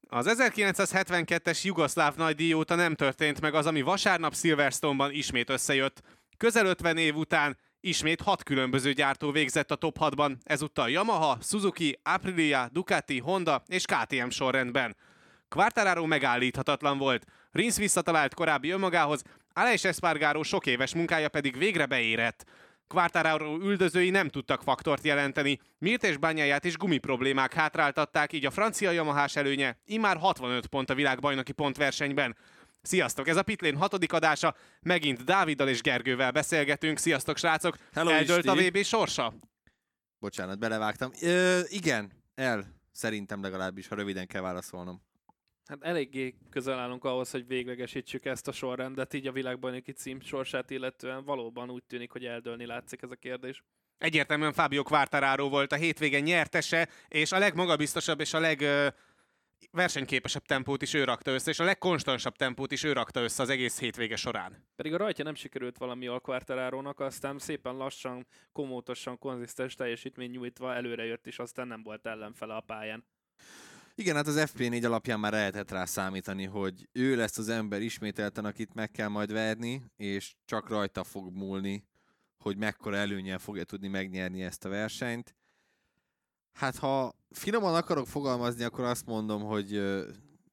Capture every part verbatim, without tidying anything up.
Az ezerkilencszázhetvenkettes jugoszláv nagydíj óta nem történt meg az, ami vasárnap Silverstone-ban ismét összejött. Közel ötven év után ismét hat különböző gyártó végzett a top hatban, ezúttal Yamaha, Suzuki, Aprilia, Ducati, Honda és ká té em sorrendben. Quartararo megállíthatatlan volt. Rins visszatalált korábbi önmagához, Aleix Espargaró sok éves munkája pedig végre beérett. Quartararo üldözői nem tudtak faktort jelenteni, Mirt és Bagnaia-t is gumiproblémák hátráltatták, így a francia Yamahás előnye immár hatvanöt pont a világbajnoki pontversenyben. Sziasztok, ez a Pitlane hatodik adása, megint Dáviddal és Gergővel beszélgetünk. Sziasztok, srácok! Hello, Eldőlt Isti. a vé bé sorsa? Bocsánat, belevágtam. Ö, igen, el. Szerintem legalábbis, ha röviden kell válaszolnom. Hát eléggé közel állunk ahhoz, hogy véglegesítsük ezt a sorrendet, így a világbajnoki cím sorsát illetően valóban úgy tűnik, hogy eldőlni látszik ez a kérdés. Egyértelműen Fabio Quartararo volt a hétvége nyertese, és a legmagabiztosabb és a leg ö, versenyképesebb tempót is ő rakta össze, és a legkonstansabb tempót is ő rakta össze az egész hétvége során. Pedig a rajtja nem sikerült valami a Quartararónak, aztán szépen lassan, komótosan, konzisztens teljesítmény nyújtva előre jött, és aztán nem volt ellenfele a pályán. Igen, hát az ef pé négy alapján már lehetett rá számítani, hogy ő lesz az ember ismételten, akit meg kell majd verni, és csak rajta fog múlni, hogy mekkora előnnyel fogja tudni megnyerni ezt a versenyt. Hát ha finoman akarok fogalmazni, akkor azt mondom, hogy ö,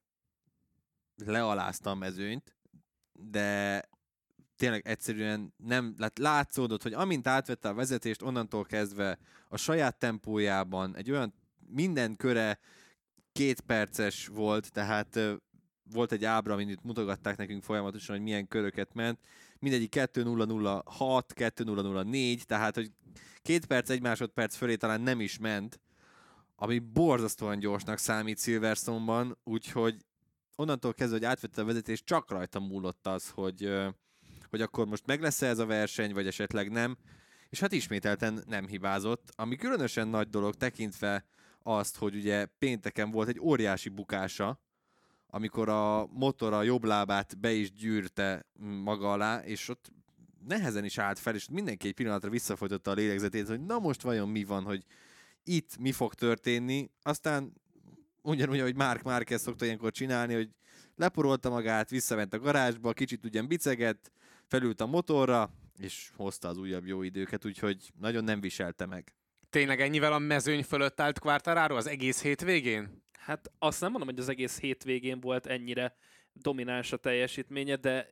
lealázta a mezőnyt, de tényleg egyszerűen nem lát, látszódott, hogy amint átvette a vezetést, onnantól kezdve a saját tempójában egy olyan minden köre két perces volt, tehát ö, volt egy ábra, amit mutogatták nekünk folyamatosan, hogy milyen köröket ment. Mindegyik kettő nulla nulla hat, kettő nulla nulla négy, tehát hogy két perc, egy másodperc fölé talán nem is ment, ami borzasztóan gyorsnak számít Silverstone-ban, úgyhogy onnantól kezdve, hogy átvette a vezetés, csak rajta múlott az, hogy, ö, hogy akkor most meg lesz ez a verseny, vagy esetleg nem. És hát ismételten nem hibázott, ami különösen nagy dolog tekintve azt, hogy ugye pénteken volt egy óriási bukása, amikor a motor a jobb lábát be is gyűrte maga alá, és ott nehezen is állt fel, és mindenki egy pillanatra visszafolytotta a lélegzetét, hogy na most vajon mi van, hogy itt mi fog történni. Aztán ugyanúgy, ahogy Marc Márquez szokta ilyenkor csinálni, hogy leporolta magát, visszament a garázsba, kicsit ugyan bicegett, felült a motorra, és hozta az újabb jó időket, úgyhogy nagyon nem viselte meg. Tényleg ennyivel a mezőny fölött állt Quartararo az egész hétvégén? Hát azt nem mondom, hogy az egész hétvégén volt ennyire domináns a teljesítménye, de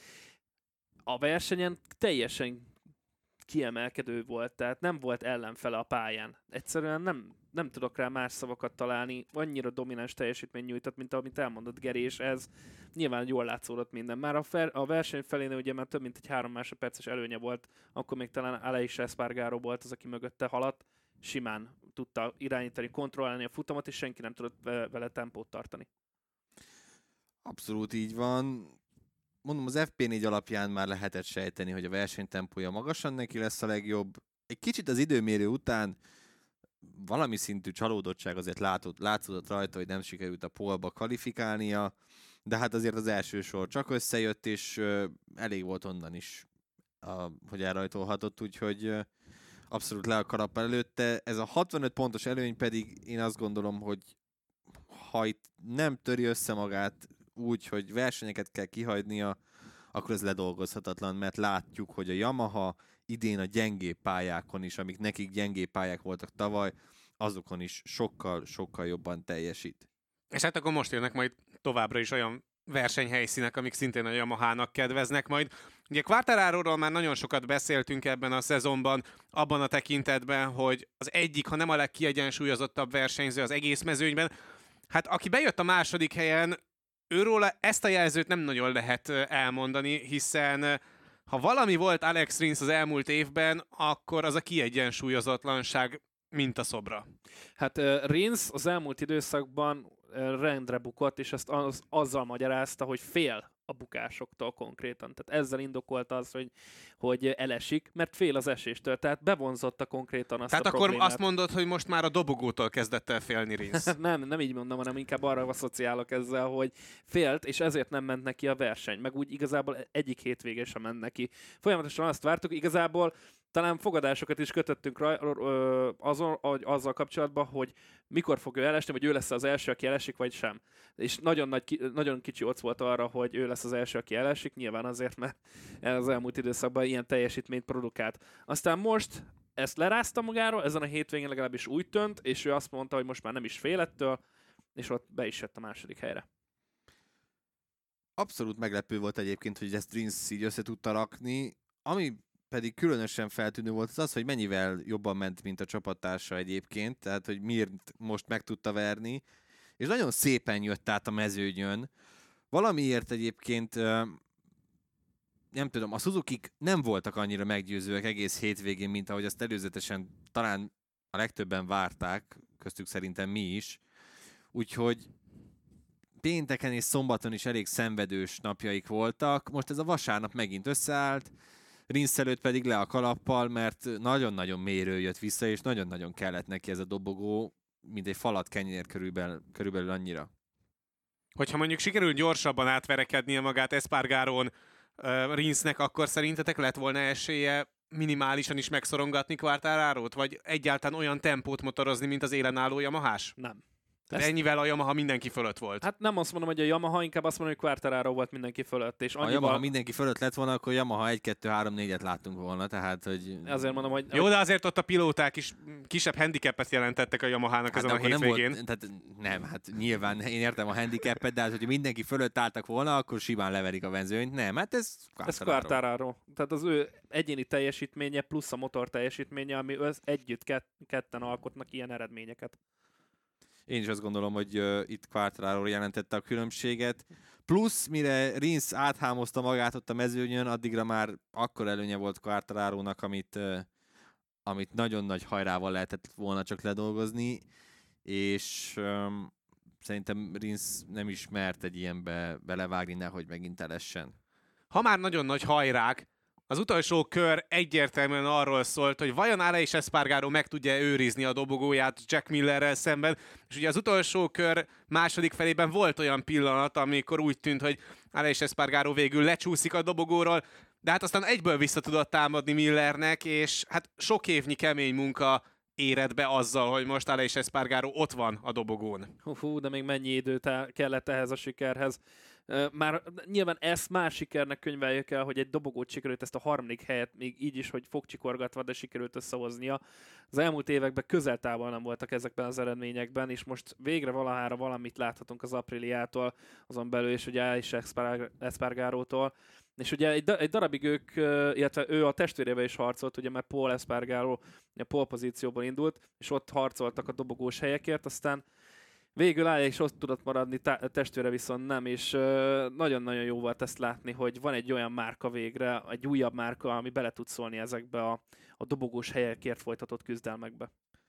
a versenyen teljesen kiemelkedő volt, tehát nem volt ellenfele a pályán. Egyszerűen nem, nem tudok rá más szavakat találni, annyira domináns teljesítmény nyújtott, mint amit elmondott Geri, és ez nyilván jól látszódott minden. Már a, fel, a verseny felénél ugye már több mint egy három másodperces előnye volt, akkor még talán Aleix Espargaró volt az, aki mögötte haladt, simán tudta irányítani, kontrollálni a futamot, és senki nem tudott vele tempót tartani. Abszolút így van. Mondom, az ef pé négy alapján már lehetett sejteni, hogy a versenytempója magasan neki lesz a legjobb. Egy kicsit az időmérő után valami szintű csalódottság azért látott, látszódott rajta, hogy nem sikerült a pole-ba kvalifikálnia, de hát azért az első sor csak összejött, és ö, elég volt onnan is, a, hogy elrajtolhatott, úgyhogy ö, abszolút le a kalappal előtte. Ez a hatvanöt pontos előny pedig én azt gondolom, hogy ha itt nem töri össze magát úgy, hogy versenyeket kell kihagynia, akkor ez ledolgozhatatlan, mert látjuk, hogy a Yamaha idén a gyengébb pályákon is, amik nekik gyengébb pályák voltak tavaly, azokon is sokkal-sokkal jobban teljesít. És hát akkor most jönnek majd továbbra is olyan versenyhelyszínek, amik szintén a Yamahának kedveznek majd. Ugye Quartararóról már nagyon sokat beszéltünk ebben a szezonban, abban a tekintetben, hogy az egyik, ha nem a legkiegyensúlyozottabb versenyző az egész mezőnyben. Hát aki bejött a második helyen, őróla ezt a jelzőt nem nagyon lehet elmondani, hiszen ha valami volt Alex Rins az elmúlt évben, akkor az a kiegyensúlyozatlanság mintaszobra. Hát uh, Rins az elmúlt időszakban uh, rendre bukott, és ezt az, azzal magyarázta, hogy fél a bukásoktól konkrétan. Tehát ezzel indokolt az, hogy, hogy elesik, mert fél az eséstől. Tehát bevonzotta konkrétan azt Tehát a akkor problémát. azt mondod, hogy most már a dobogótól kezdett el félni Rins. nem, nem így mondom, hanem inkább arra asszociálok ezzel, hogy félt, és ezért nem ment neki a verseny. Meg úgy igazából egyik hétvége sem ment neki. Folyamatosan azt vártuk, igazából talán fogadásokat is kötöttünk raj, ö, azon, azzal kapcsolatban, hogy mikor fog ő elesni, vagy ő lesz az első, aki elesik, vagy sem. És nagyon, nagy, nagyon kicsi occ volt arra, hogy ő lesz az első, aki elesik, nyilván azért, mert az elmúlt időszakban ilyen teljesítményt produkált. Aztán most ezt lerázta magáról, ezen a hétvégén legalábbis úgy tűnt, és ő azt mondta, hogy most már nem is fél ettől, és ott be is jött a második helyre. Abszolút meglepő volt egyébként, hogy ezt Rins így össze tudta rakni, ami pedig különösen feltűnő volt az az, hogy mennyivel jobban ment, mint a csapattársa egyébként, tehát hogy miért most meg tudta verni, és nagyon szépen jött át a mezőnyön. Valamiért egyébként, nem tudom, a Suzukik nem voltak annyira meggyőzőek egész hétvégén, mint ahogy azt előzetesen talán a legtöbben várták, köztük szerintem mi is, úgyhogy pénteken és szombaton is elég szenvedős napjaik voltak, most ez a vasárnap megint összeállt, Rins előtt pedig le a kalappal, mert nagyon-nagyon mélyről jött vissza, és nagyon-nagyon kellett neki ez a dobogó, mint egy falat kenyér körülbelül, körülbelül annyira. Hogyha mondjuk sikerül gyorsabban átverekednie magát Espargaron uh, Rinsnek, akkor szerintetek lett volna esélye minimálisan is megszorongatni Quartararót, vagy egyáltalán olyan tempót motorozni, mint az élen álló Yamahás? Nem. De ennyivel a Yamaha mindenki fölött volt. Hát nem azt mondom, hogy a Yamaha, inkább azt mondom, hogy Quartararo volt mindenki fölött. És annyival... Ha Yamaha mindenki fölött lett volna, akkor Yamaha egy kettő három négyet láttunk volna, tehát hogy... Azért mondom, hogy... Jó, de azért ott a pilóták is kisebb handicapet jelentettek a Yamahának hát ezen a hétvégén. Nem, volt, tehát nem, hát nyilván én értem a handicapet, de hát, hogyha mindenki fölött álltak volna, akkor simán leverik a mezőnyt. Nem, hát ez Quartararo. Ez Quartararo. Tehát az ő egyéni teljesítménye plusz a motor teljesítménye, ami az együtt kett, ketten alkotnak ilyen eredményeket. Én is azt gondolom, hogy uh, itt Quartararo jelentette a különbséget. Plusz, mire Rins áthámozta magát ott a mezőnyön, addigra már akkor előnye volt Quartararónak, amit, uh, amit nagyon nagy hajrával lehetett volna csak ledolgozni, és um, szerintem Rins nem is mert egy ilyenbe belevágni, nehogy megint elessen. Ha már nagyon nagy hajrák, az utolsó kör egyértelműen arról szólt, hogy vajon Aleix Espargaró meg tudja őrizni a dobogóját Jack Millerrel szemben, és ugye az utolsó kör második felében volt olyan pillanat, amikor úgy tűnt, hogy Aleix Espargaró végül lecsúszik a dobogóról, de hát aztán egyből vissza tudott támadni Millernek, és hát sok évnyi kemény munka érett be azzal, hogy most Aleix Espargaró ott van a dobogón. Hú, de még mennyi időt kellett ehhez a sikerhez. Már nyilván ezt már sikernek könyveljük el, hogy egy dobogót sikerült ezt a harmadik helyet még így is, hogy fogcsikorgatva, de sikerült összehoznia. Az elmúlt években közeltávol nem voltak ezekben az eredményekben, és most végre valahára valamit láthatunk az Apriliától, azon belül is ugye Aleix Espargarótól. És ugye egy, egy darabig ők, illetve ő a testvérével is harcolt, ugye, mert Paul Espargaró a pole pozícióból indult, és ott harcoltak a dobogós helyekért, aztán végül áll, és ott tudott maradni, tá- testvére viszont nem, és uh, nagyon-nagyon jó volt ezt látni, hogy van egy olyan márka végre, egy újabb márka, ami bele tud szólni ezekbe a, a dobogós helyekért folytatott küzdelmekbe.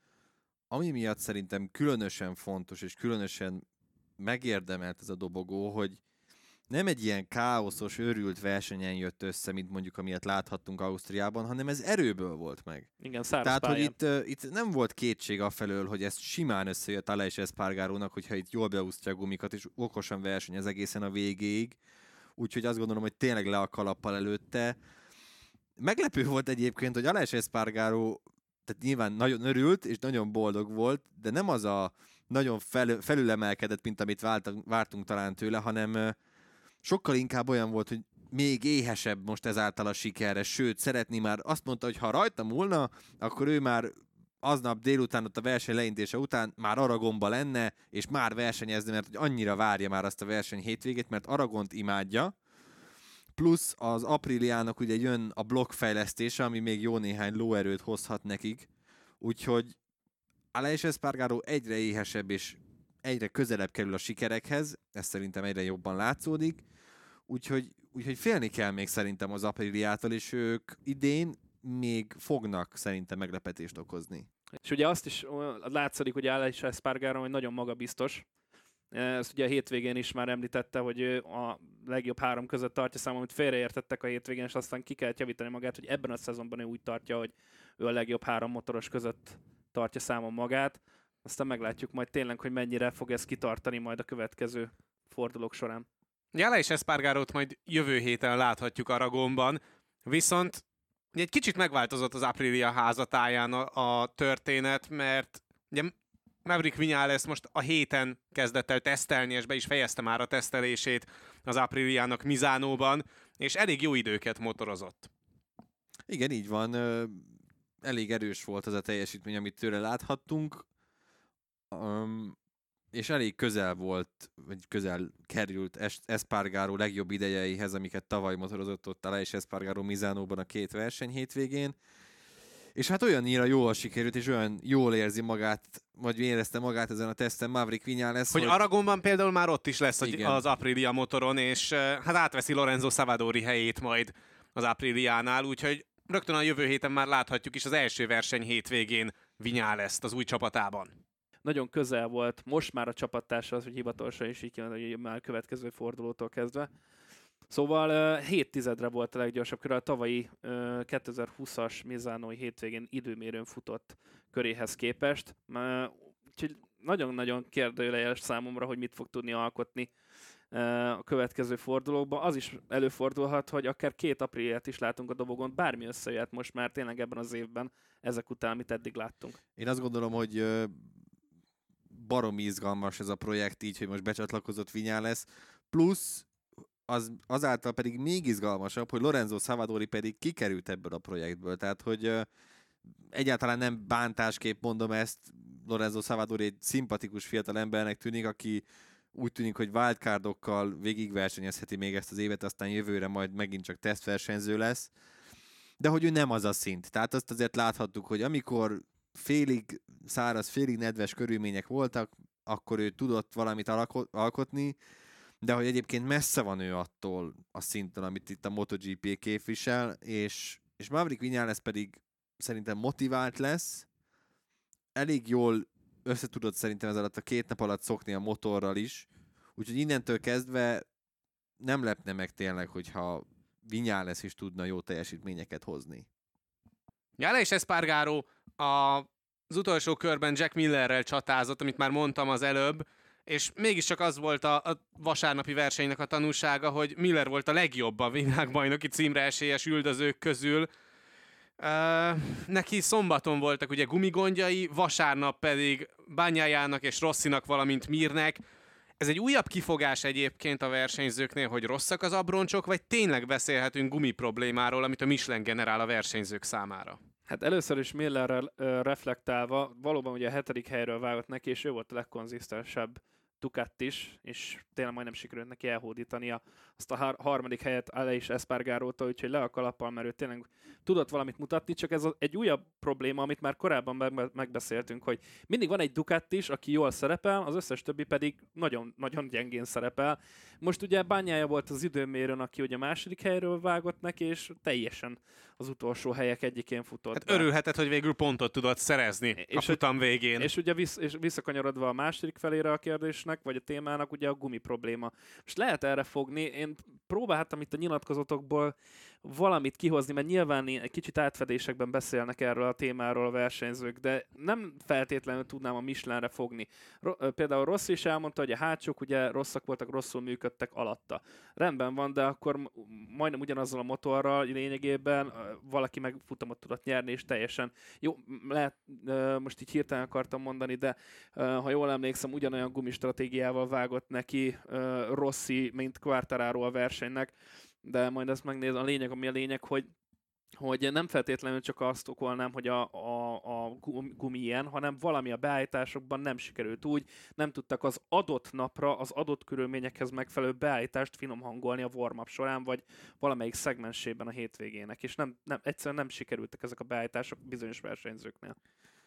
Ami miatt szerintem különösen fontos, és különösen megérdemelt ez a dobogó, hogy nem egy ilyen káoszos, őrült versenyen jött össze, mint mondjuk amilyet láthattunk Ausztriában, hanem ez erőből volt meg. Igen, száraz Tehát, pályán. hogy itt, uh, itt nem volt kétség afelől, hogy ez simán összejött Aleix Espargarónak, hogyha itt jól beúsztja a gumikat, és okosan versenyez egészen a végéig. Úgyhogy azt gondolom, hogy tényleg le a kalappal előtte. Meglepő volt egyébként, hogy Aleix Espargaró, tehát nyilván nagyon örült, és nagyon boldog volt, de nem az a nagyon fel, felülemelkedett, mint amit vártunk, vártunk talán tőle, hanem uh, sokkal inkább olyan volt, hogy még éhesebb most ezáltal a sikerre, sőt, szeretné már, azt mondta, hogy ha rajta múlna, akkor ő már aznap délután, ott a verseny leindése után már Aragonba lenne, és már versenyezni, mert hogy annyira várja már azt a verseny hétvégét, mert Aragont imádja, plusz az Apriliának ugye jön a blokkfejlesztése, ami még jó néhány lóerőt hozhat nekik, úgyhogy Aleix Espargaró egyre éhesebb, és egyre közelebb kerül a sikerekhez, ez szerintem egyre jobban látszódik, úgyhogy, úgyhogy félni kell még szerintem az Apriliától, és ők idén még fognak szerintem meglepetést okozni. És ugye azt is látszik, hogy Aleix Espargaró, hogy nagyon magabiztos. Ezt ugye a hétvégén is már említette, hogy ő a legjobb három között tartja számon, amit félreértettek a hétvégén, és aztán ki kellett javítani magát, hogy ebben a szezonban ő úgy tartja, hogy ő a legjobb három motoros között tartja számon magát. Aztán meglátjuk majd tényleg, hogy mennyire fog ez kitartani majd a következő fordulók során. Aleix Espargarót majd jövő héten láthatjuk Aragonban, viszont Egy kicsit megváltozott az Aprilia házatáján a, a történet, mert ugye Maverick Viñales most a héten kezdett el tesztelni, és be is fejezte már a tesztelését az Apriliának Misánóban, és elég jó időket motorozott. Igen, így van. Elég erős volt az a teljesítmény, amit tőle láthattunk, um, és elég közel volt, vagy közel került Espargaró legjobb idejeihez, amiket tavaly motorozott ott alá, és Espargaró Misánóban a két verseny hétvégén. És hát olyannyira jól sikerült, és olyan jól érzi magát, vagy érezte magát ezen a teszten Maverick Viñales, hogy, hogy Aragonban például már ott is lesz igen. az Aprilia motoron, és hát átveszi Lorenzo Savadori helyét majd az Apriliánál, úgyhogy rögtön a jövő héten már láthatjuk is az első verseny hétvégén Viñalest az új csapatában. Nagyon közel volt most már a csapattársa az, hogy hivatalosan is így kijön, hogy már következő fordulótól kezdve. Szóval hét tizedre volt a leggyorsabb kör, a tavalyi uh, kétezer-húszas Misánói hétvégén időmérőn futott köréhez képest. Uh, úgyhogy nagyon-nagyon kérdőjeles számomra, hogy mit fog tudni alkotni uh, a következő fordulókban. Az is előfordulhat, hogy akár két Apriliát is látunk a dobogon, bármi összejöhet most már tényleg ebben az évben, ezek után, amit eddig láttunk. Én azt gondolom, hogy uh, baromi izgalmas ez a projekt így, hogy most becsatlakozott Viñales, plusz az, azáltal pedig még izgalmasabb, hogy Lorenzo Savadori pedig kikerült ebből a projektből. Tehát, hogy uh, egyáltalán nem bántásképp mondom ezt, Lorenzo Savadori egy szimpatikus fiatal embernek tűnik, aki úgy tűnik, hogy wildcardokkal végigversenyezheti még ezt az évet, aztán jövőre majd megint csak tesztversenyző lesz. De hogy ő nem az a szint. Tehát azt azért láthattuk, hogy amikor félig száraz, félig nedves körülmények voltak, akkor ő tudott valamit alkotni, de hogy egyébként messze van ő attól a szinten, amit itt a MotoGP képvisel, és, és Maverick Viñales pedig szerintem motivált lesz, elég jól összetudott szerintem ez alatt a két nap alatt szokni a motorral is, úgyhogy innentől kezdve nem lepne meg tényleg, hogyha Viñales is tudna jó teljesítményeket hozni. Jale és Espargaró az utolsó körben Jack Millerrel csatázott, amit már mondtam az előbb, és mégiscsak az volt a, a vasárnapi versenynek a tanúsága, hogy Miller volt a legjobb a világbajnoki címre esélyes üldözők közül. Uh, neki szombaton voltak ugye gumigondjai, vasárnap pedig Bagnajának és Rossinak, valamint Mirnek. Ez egy újabb kifogás egyébként a versenyzőknél, hogy rosszak az abroncsok, vagy tényleg beszélhetünk gumi problémáról, amit a Michelin generál a versenyzők számára? Hát először is Millerrel uh, reflektálva, valóban ugye a hetedik helyről vágott neki, és ő volt a legkonzisztensebb Ducati is, és tényleg majdnem sikerült neki elhódítani azt a har- harmadik helyet Aleix Espargarótól, úgyhogy le a kalappal, mert ő tényleg tudott valamit mutatni, csak ez a, egy újabb probléma, amit már korábban meg- megbeszéltünk, hogy mindig van egy Ducati is, aki jól szerepel, az összes többi pedig nagyon, nagyon gyengén szerepel. Most ugye Bagnaia volt az időmérőn, aki ugye a második helyről vágott neki, és teljesen az utolsó helyek egyikén futott. Hát be. örülhetett, hogy végül pontot tudott szerezni és a futam végén. És ugye vissz, és visszakanyarodva a második felére a kérdésnek, vagy a témának, ugye a gumi probléma. Most lehet erre fogni, én próbáltam itt a nyilatkozatokból valamit kihozni, mert nyilván egy kicsit átfedésekben beszélnek erről a témáról a versenyzők, de nem feltétlenül tudnám a Michelinre fogni. Ro- például Rossi is elmondta, hogy a hátsók ugye rosszak voltak, rosszul működtek alatta. Rendben van, de akkor majdnem ugyanazzal a motorral lényegében valaki meg futamot tudott nyerni, és teljesen jó, lehet, most így hirtelen akartam mondani, de ha jól emlékszem, ugyanolyan gumistratégiával vágott neki Rossi, mint Quartararo a versenynek, de majd ezt megnézem. A lényeg, ami a lényeg, hogy hogy nem feltétlenül csak azt okolnám, hogy a, a, a gumi ilyen, hanem valami a beállításokban nem sikerült úgy, nem tudtak az adott napra, az adott körülményekhez megfelelő beállítást finom hangolni a warm-up során, vagy valamelyik szegmensében a hétvégének, és nem, nem, egyszerűen nem sikerültek ezek a beállítások bizonyos versenyzőknél.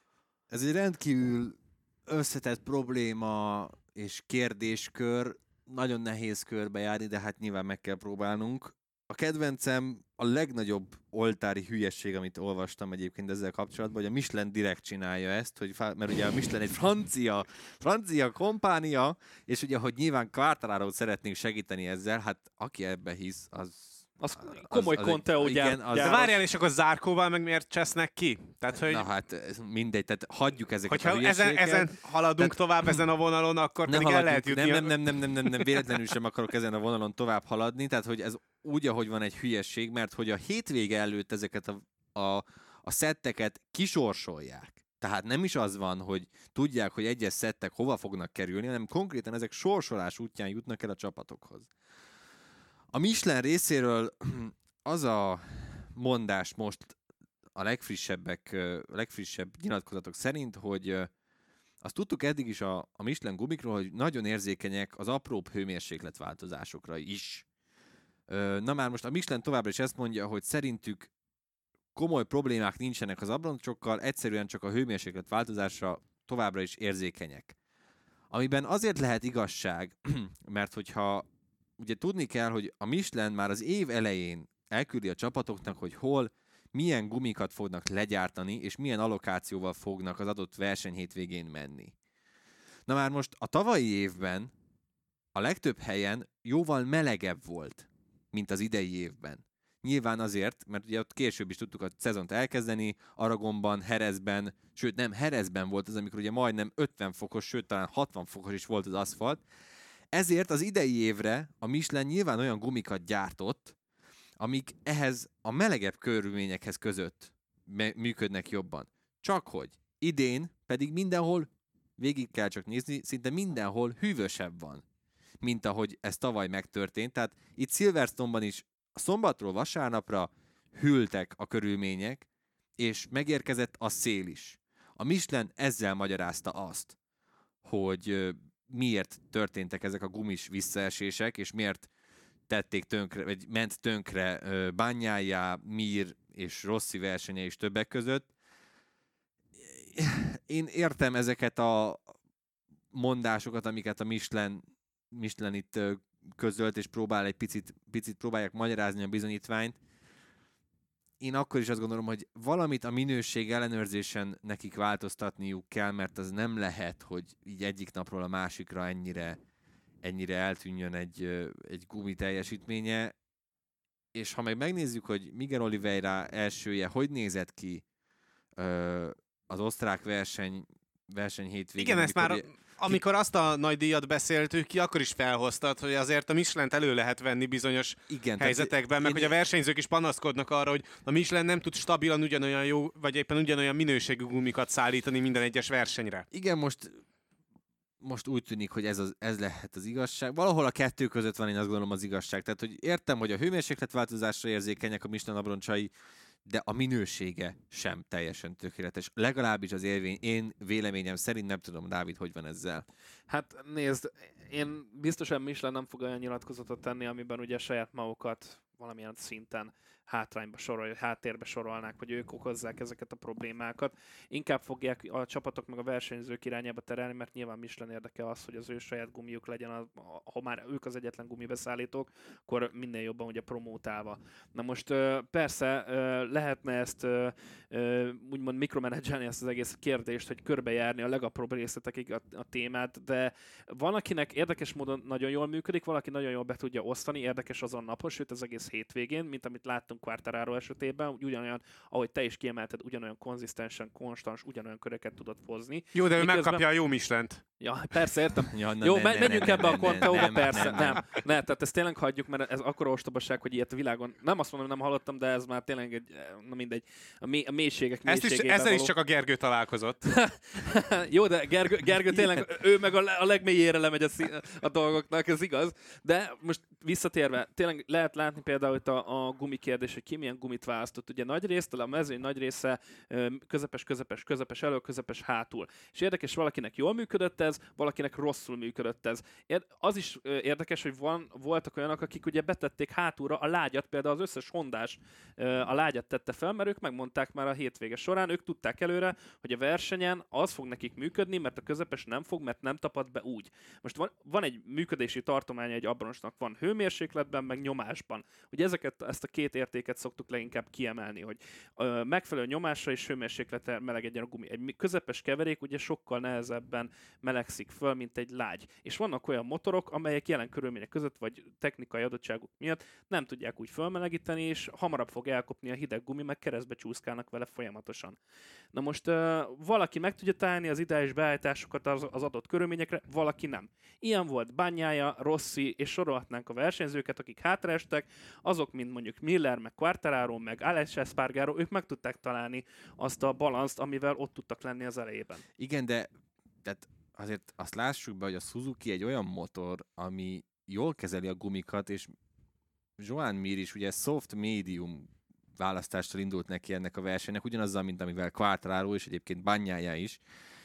Ez egy rendkívül összetett probléma és kérdéskör, nagyon nehéz körbe járni, de hát nyilván meg kell próbálnunk. A kedvencem a legnagyobb oltári hülyesség, amit olvastam egyébként ezzel kapcsolatban, hogy a Michelin direkt csinálja ezt, hogy, mert ugye a Michelin egy francia, francia kompánia, és ugye, hogy nyilván Quartararo szeretnénk segíteni ezzel, hát aki ebbe hisz, az... Az komoly az, az Conteo egy, gyár, igen, az, De várjál, és akkor Zárkóval meg miért csesznek ki? Tehát, hogy... Na hát mindegy, tehát hagyjuk ezeket Hogyha a ezen, ezen haladunk tehát, tovább ezen a vonalon, akkor nem pedig el lehet jutni. Nem, nem, nem, nem, nem, nem, véletlenül sem akarok ezen a vonalon tovább haladni, tehát hogy ez úgy, ahogy van egy hülyesség, mert hogy a hétvége előtt ezeket a a, a szetteket kisorsolják. Tehát nem is az van, hogy tudják, hogy egyes szettek hova fognak kerülni, hanem konkrétan ezek sorsolás útján jutnak el a csapatokhoz. A Michelin részéről az a mondás most a legfrissebbek, a legfrissebb nyilatkozatok szerint, hogy azt tudtuk eddig is a, a Michelin gumikról, hogy nagyon érzékenyek az apróbb hőmérsékletváltozásokra is. Na már most a Michelin továbbra is ezt mondja, hogy szerintük komoly problémák nincsenek az abroncsokkal, egyszerűen csak a hőmérsékletváltozásra továbbra is érzékenyek. Amiben azért lehet igazság, mert hogyha ugye tudni kell, hogy a Michelin már az év elején elküldi a csapatoknak, hogy hol, milyen gumikat fognak legyártani, és milyen allokációval fognak az adott verseny hétvégén menni. Na már most a tavalyi évben a legtöbb helyen jóval melegebb volt, mint az idei évben. Nyilván azért, mert ugye ott később is tudtuk a szezont elkezdeni, Aragonban, Jerezben, sőt nem, Jerezben volt az, amikor ugye majdnem ötven fokos, sőt talán hatvan fokos is volt az aszfalt. Ezért az idei évre a Michelin nyilván olyan gumikat gyártott, amik ehhez a melegebb körülményekhez között me- működnek jobban. Csak hogy idén pedig mindenhol, végig kell csak nézni, szinte mindenhol hűvösebb van, mint ahogy ez tavaly megtörtént. Tehát itt Silverstone-ban is a szombatról vasárnapra hűltek a körülmények, és megérkezett a szél is. A Michelin ezzel magyarázta azt, hogy miért történtek ezek a gumis visszaesések, és miért tették tönkre, vagy ment tönkre Bagnaia, Mir és Rossi versenye is többek között. Én értem ezeket a mondásokat, amiket a Michelin, Michelin itt közölt, és próbál egy picit, picit próbálják magyarázni a bizonyítványt. Én akkor is azt gondolom, hogy valamit a minőség ellenőrzésen nekik változtatniuk kell, mert az nem lehet, hogy így egyik napról a másikra ennyire, ennyire eltűnjön egy, egy gumi teljesítménye. És ha meg megnézzük, hogy Miguel Oliveira elsője hogy nézett ki az osztrák verseny, verseny hétvégén. Igen, ezt már... Ugye, amikor azt a nagy díjat beszéltük ki, akkor is felhoztad, hogy azért a Michelint elő lehet venni bizonyos igen, helyzetekben, meg én... hogy a versenyzők is panaszkodnak arra, hogy a Michelin nem tud stabilan ugyanolyan jó, vagy éppen ugyanolyan minőségű gumikat szállítani minden egyes versenyre. Igen, most, most úgy tűnik, hogy ez, az, ez lehet az igazság. Valahol a kettő között van, én azt gondolom, az igazság. Tehát, hogy értem, hogy a hőmérsékletváltozásra érzékenyek a Michelin abroncsai, de a minősége sem teljesen tökéletes. Legalábbis az élvény, én véleményem szerint, nem tudom, Dávid, hogy van ezzel. Hát nézd, én biztosan Michelin nem fog olyan nyilatkozatot tenni, amiben ugye saját magukat valamilyen szinten hátrányba sorolják, háttérbe sorolnák, hogy ők okozzák ezeket a problémákat. Inkább fogják a csapatok meg a versenyzők irányába terelni, mert nyilván Michelin érdeke az, hogy az ő saját gumiuk legyen, a, ha már ők az egyetlen gumibeszállítók, akkor minél jobban ugye promótálva. Na most persze lehetne ezt úgymond mikromenedzselni ezt az egész kérdést, hogy körbejárni a legapróbb részletekig a, a témát, de van, akinek érdekes módon nagyon jól működik, valaki nagyon jól be tudja osztani, érdekes azon napon, sőt az egész hétvégén, mint amit láttunk Quartararo esetében, ugyanolyan, ahogy te is kiemelted, ugyanolyan konzisztensen, konstans, ugyanolyan köröket tudott hozni. Jó, de ő Miközben... megkapja a jó Michelint. Ja, persze, értem. Ja, na, jó, ne, me- ne, menjünk ne, ebbe ne, a konteóba, nem, persze. nem, Nem, nem. ne, tehát ezt tényleg hagyjuk, mert ez akkora ostobaság, hogy ilyet a világon, nem azt mondom, hogy nem hallottam, de ez már tényleg egy, na mindegy, a, mély, a mélységek Ezt is, mélységében ezzel való. is csak a Gergő találkozott. Jó, de Gergő, Gergő tényleg, ő meg a, le, a legmélyére lemegy a, szí- a dolgoknak, ez igaz. De most visszatérve, tényleg lehet látni például itt a, a gumi kérdés, hogy ki milyen gumit választott. Ugye nagy részt, a mezőny nagy része közepes, közepes, közepes elő, közepes hátul. És érdekes, valakinek jól működött ez, valakinek rosszul működött ez. Az is érdekes, hogy van, voltak olyanok, akik ugye betették hátulra a lágyat, például az összes hondás a lágyat tette fel, mert ők megmondták már a hétvége során, ők tudták előre, hogy a versenyen az fog nekik működni, mert a közepes nem fog, mert nem tapad be úgy. Most van, van egy működési tartománya egy abroncsnak, van hőmérsékletben, meg nyomásban. Ugye ezeket, ezt a két értéket szoktuk leginkább kiemelni, hogy ö, megfelelő nyomásra és hőmérsékletre melegedjen a gumi. Egy közepes keverék ugye sokkal nehezebben melegszik föl, mint egy lágy. És vannak olyan motorok, amelyek jelen körülmények között, vagy technikai adottságok miatt nem tudják úgy fölmelegíteni, és hamarabb fog elkopni a hideg gumi, meg keresztbe csúszkálnak vele folyamatosan. Na most uh, valaki meg tudja találni az ideális beállításokat az, az adott körülményekre, valaki nem. Ilyen volt Bagnaia, Rossi, és sorolhatnánk a versenyzőket, akik hátraestek, azok, mint mondjuk Miller, meg Quartararo, meg Alex Espargaro, ők meg tudták találni azt a balanszt, amivel ott tudtak lenni az elejében. Igen, de tehát azért azt lássuk be, hogy a Suzuki egy olyan motor, ami jól kezeli a gumikat, és Joan Mir is ugye soft medium választással indult neki ennek a versenynek, ugyanazzal, mint amivel Quartararo és egyébként Bagnaia is,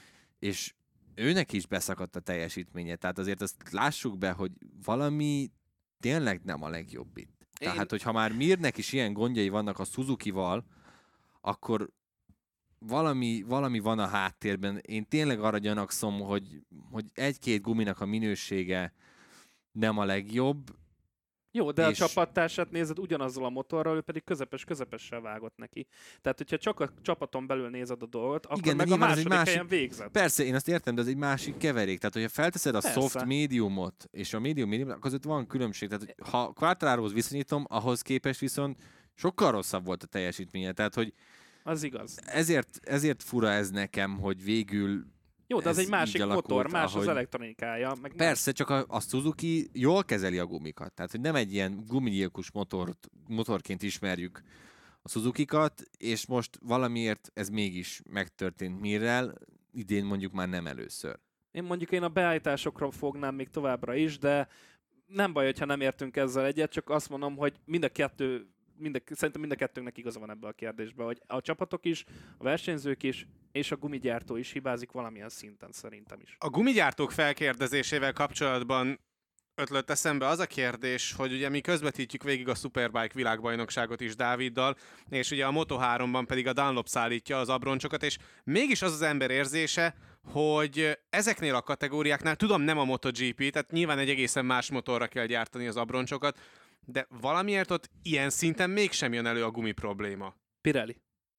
és őnek is beszakadt a teljesítménye, tehát azért azt lássuk be, hogy valami tényleg nem a legjobb itt. Én... Tehát, hogyha már Mirnek is ilyen gondjai vannak a Suzukival, akkor valami, valami van a háttérben. Én tényleg arra gyanakszom, hogy, hogy egy-két guminak a minősége nem a legjobb. Jó, de és... a csapattársát nézed ugyanazzal a motorral, ő pedig közepes-közepessel vágott neki. Tehát, hogyha csak a csapaton belül nézed a dolgot, akkor igen, meg a második másik... helyen végzett. Persze, én azt értem, de ez egy másik keverék. Tehát, hogyha felteszed a Persze. soft mediumot és a medium medium, között van különbség. Tehát, hogy ha Quartararohoz viszonyítom, ahhoz képest viszont sokkal rosszabb volt a teljesítménye. Tehát, hogy az igaz. Ezért, ezért fura ez nekem, hogy végül jó, de az egy másik alakult, motor, más ahogy... az elektronikája. Meg persze, csak a, a Suzuki jól kezeli a gumikat. Tehát, hogy nem egy ilyen gumigyilkos motort, motorként ismerjük a Suzukikat, és most valamiért ez mégis megtörtént Mirrel, idén mondjuk már nem először. Én mondjuk én a beállításokról fognám még továbbra is, de nem baj, hogyha nem értünk ezzel egyet, csak azt mondom, hogy mind a kettő Mind a, szerintem mind a kettőnknek igaza van ebbe a kérdésbe, hogy a csapatok is, a versenyzők is, és a gumigyártó is hibázik valamilyen szinten szerintem is. A gumigyártók felkérdezésével kapcsolatban ötlött eszembe az a kérdés, hogy ugye mi közvetítjük végig a Superbike világbajnokságot is Dáviddal, és ugye a Moto háromban pedig a Dunlop szállítja az abroncsokat, és mégis az az ember érzése, hogy ezeknél a kategóriáknál, tudom nem a MotoGP, tehát nyilván egy egészen más motorra kell gyártani az abroncsokat, de valamiért ott ilyen szinten mégsem jön elő a gumi probléma. Pirelli.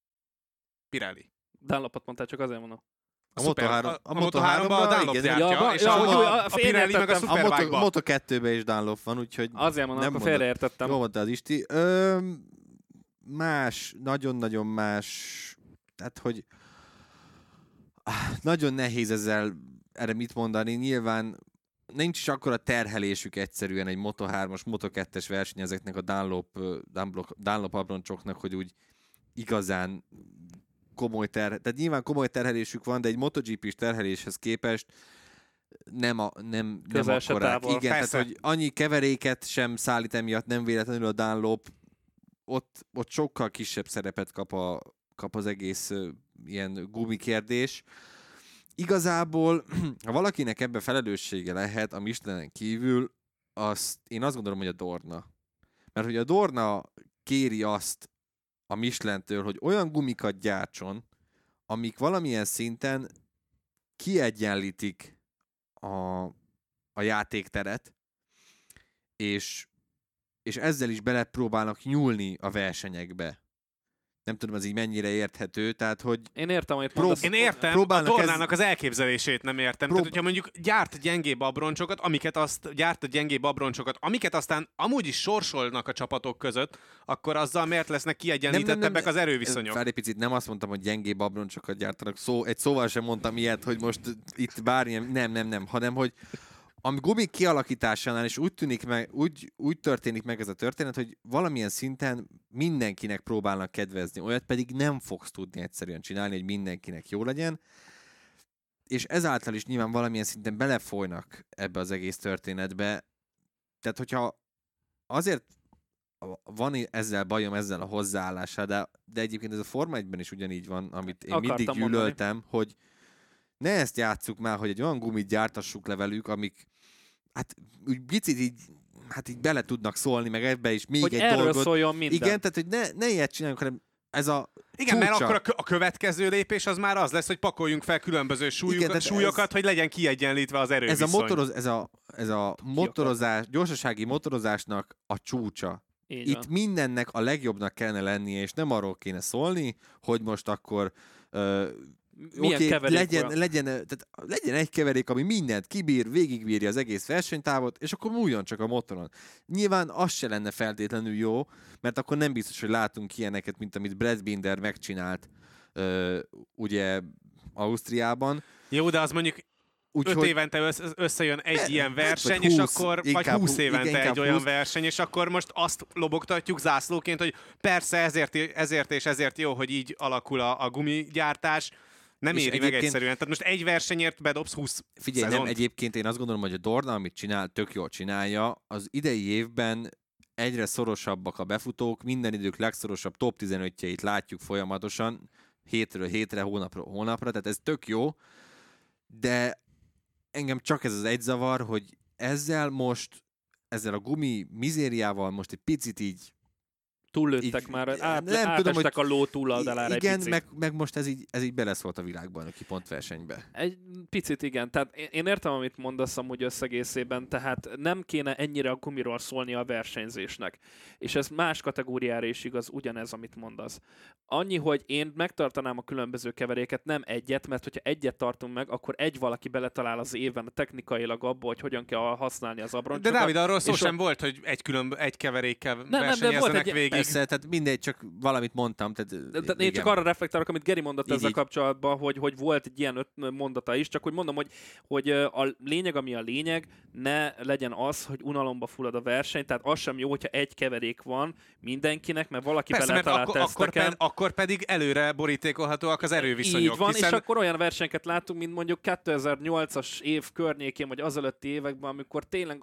Pirelli. Dunlopot mondtál, csak azért mondom. A, a Moto három, a, a Moto háromban a Dunlop gyártja, ja, és ja, a, jó, a, a Pirelli meg a Superbike-ban. A Moto, Moto kettőben is Dunlop van, úgyhogy azért mondom, akkor félreértettem. Jó mondta az Isti. Ö, más, nagyon-nagyon más, tehát hogy nagyon nehéz ezzel erre mit mondani. Nyilván nincs is akkora terhelésük egyszerűen egy Moto hármas, Moto kettes verseny ezeknek a Dunlop, Dunlop, Dunlop abroncsoknak, hogy úgy igazán komoly terhelésük, tehát nyilván komoly terhelésük van, de egy MotoGP-s terheléshez képest nem, a, nem, nem akkorák. Igen, persze. tehát hogy annyi keveréket sem szállít emiatt, nem véletlenül a Dunlop, ott, ott sokkal kisebb szerepet kap, a, kap az egész uh, ilyen gumikérdés. Igazából, ha valakinek ebben felelőssége lehet a Michelinen kívül, azt én azt gondolom, hogy a Dorna. Mert hogy a Dorna kéri azt a Michelintől, hogy olyan gumikat gyártson, amik valamilyen szinten kiegyenlítik a, a játékteret, és, és ezzel is belepróbálnak nyúlni a versenyekbe. Nem tudom, ez így mennyire érthető, tehát hogy... Én értem, hogy Prób- Én értem, a Dornának ez... az elképzelését nem értem. Prób- Tehát, hogyha mondjuk gyárt gyengébb abroncsokat, amiket azt gyárt a gyengébb abroncsokat, amiket aztán amúgy is sorsolnak a csapatok között, akkor azzal miért lesznek kiegyenlítettebbek az erőviszonyok? Fel egy picit nem azt mondtam, hogy gyengébb abroncsokat gyártanak, szó, egy szóval sem mondtam ilyet, hogy most itt bármilyen... Nem, nem, nem, hanem hogy a gumik kialakításánál is úgy, tűnik meg, úgy, úgy történik meg ez a történet, hogy valamilyen szinten mindenkinek próbálnak kedvezni, olyat pedig nem fogsz tudni egyszerűen csinálni, hogy mindenkinek jó legyen, és ezáltal is nyilván valamilyen szinten belefolynak ebbe az egész történetbe. Tehát, hogyha azért van ezzel bajom, ezzel a hozzáállással, de, de egyébként ez a Forma egyben is ugyanígy van, amit én Akartam mindig gyűlöltem, mondani. Hogy ne ezt játsszuk már, hogy egy olyan gumit gyártassuk le velük, amik hát úgy picit így, hát így bele tudnak szólni, meg ebbe is még hogy egy erről dolgot. szóljon minden. Igen, tehát hogy ne, ne ilyet csináljunk, hanem ez a Igen, csúcsa. Mert akkor a, kö- a következő lépés az már az lesz, hogy pakoljunk fel különböző súlyuk, Igen, súlyokat, ez, hogy legyen kiegyenlítve az erőviszony. Ez a, motoroz, ez a, ez a motorozás, gyorsasági motorozásnak a csúcsa. Így Itt van. mindennek a legjobbnak kellene lennie, és nem arról kéne szólni, hogy most akkor uh, milyen okay, keverék legyen, van? legyen, tehát legyen egy keverék, ami mindent kibír, végigbírja az egész versenytávot, és akkor múljon csak a motoron. Nyilván az se lenne feltétlenül jó, mert akkor nem biztos, hogy látunk ilyeneket, mint amit Brad Binder megcsinált uh, ugye Ausztriában. Jó, de az mondjuk Úgyhogy... öt évente össze, összejön egy Ne, ilyen verseny, vagy és húsz, akkor, vagy inkább húsz hú- évente igen, egy inkább olyan húsz. verseny, és akkor most azt lobogtatjuk zászlóként, hogy persze ezért, ezért és ezért jó, hogy így alakul a, a gumigyártás. Nem És éri meg egyébként- egyszerűen. Tehát most egy versenyért bedobsz húsz Figyelj, szezont. nem, egyébként én azt gondolom, hogy a Dorna, amit csinál, tök jól csinálja. Az idei évben egyre szorosabbak a befutók, minden idők legszorosabb top tizenötjeit látjuk folyamatosan, hétről hétre, hónapról hónapra, tehát ez tök jó, de engem csak ez az egy zavar, hogy ezzel most, ezzel a gumi mizériával most egy picit így Túllőttek így- már, nem át, tudom, átestek hogy- a ló túloldalára igen, egy picit. meg, meg most ez így, ez így beleszólt a világbajnoki pontversenybe. Egy picit igen, tehát én- én értem, amit mondasz amúgy összegészében, tehát nem kéne ennyire a gumiról szólni a versenyzésnek. És ez más kategóriára is igaz, ugyanez, amit mondasz. Annyi, hogy én megtartanám a különböző keveréket, nem egyet, mert hogyha egyet tartunk meg, akkor egy valaki beletalál az évben technikailag abba, hogy hogyan kell használni az De abroncsokat. Dávid, arról szó és sem a- volt, hogy egy, külön, egy keverékkel nem, de volt versenyezzenek egy- végig. Persze, tehát mindegy, csak valamit mondtam. Tehát, De, de én igen. csak arra reflektálok, amit Geri mondott Így, ezzel így. kapcsolatban, hogy, hogy volt egy ilyen öt mondata is, csak hogy mondom, hogy, hogy ö, a lényeg, ami a lényeg, ne legyen az, hogy unalomba fullad a verseny, tehát az sem jó, hogyha egy keverék van mindenkinek, mert valaki Persze, mert beletalált akkor, akkor, teszteken. pe, akkor pedig előre borítékolhatóak az erőviszonyok. Így van, hiszen... és akkor olyan versenyeket látunk, mint mondjuk kétezer-nyolcas év környékén, vagy azelőtti években, amikor tényleg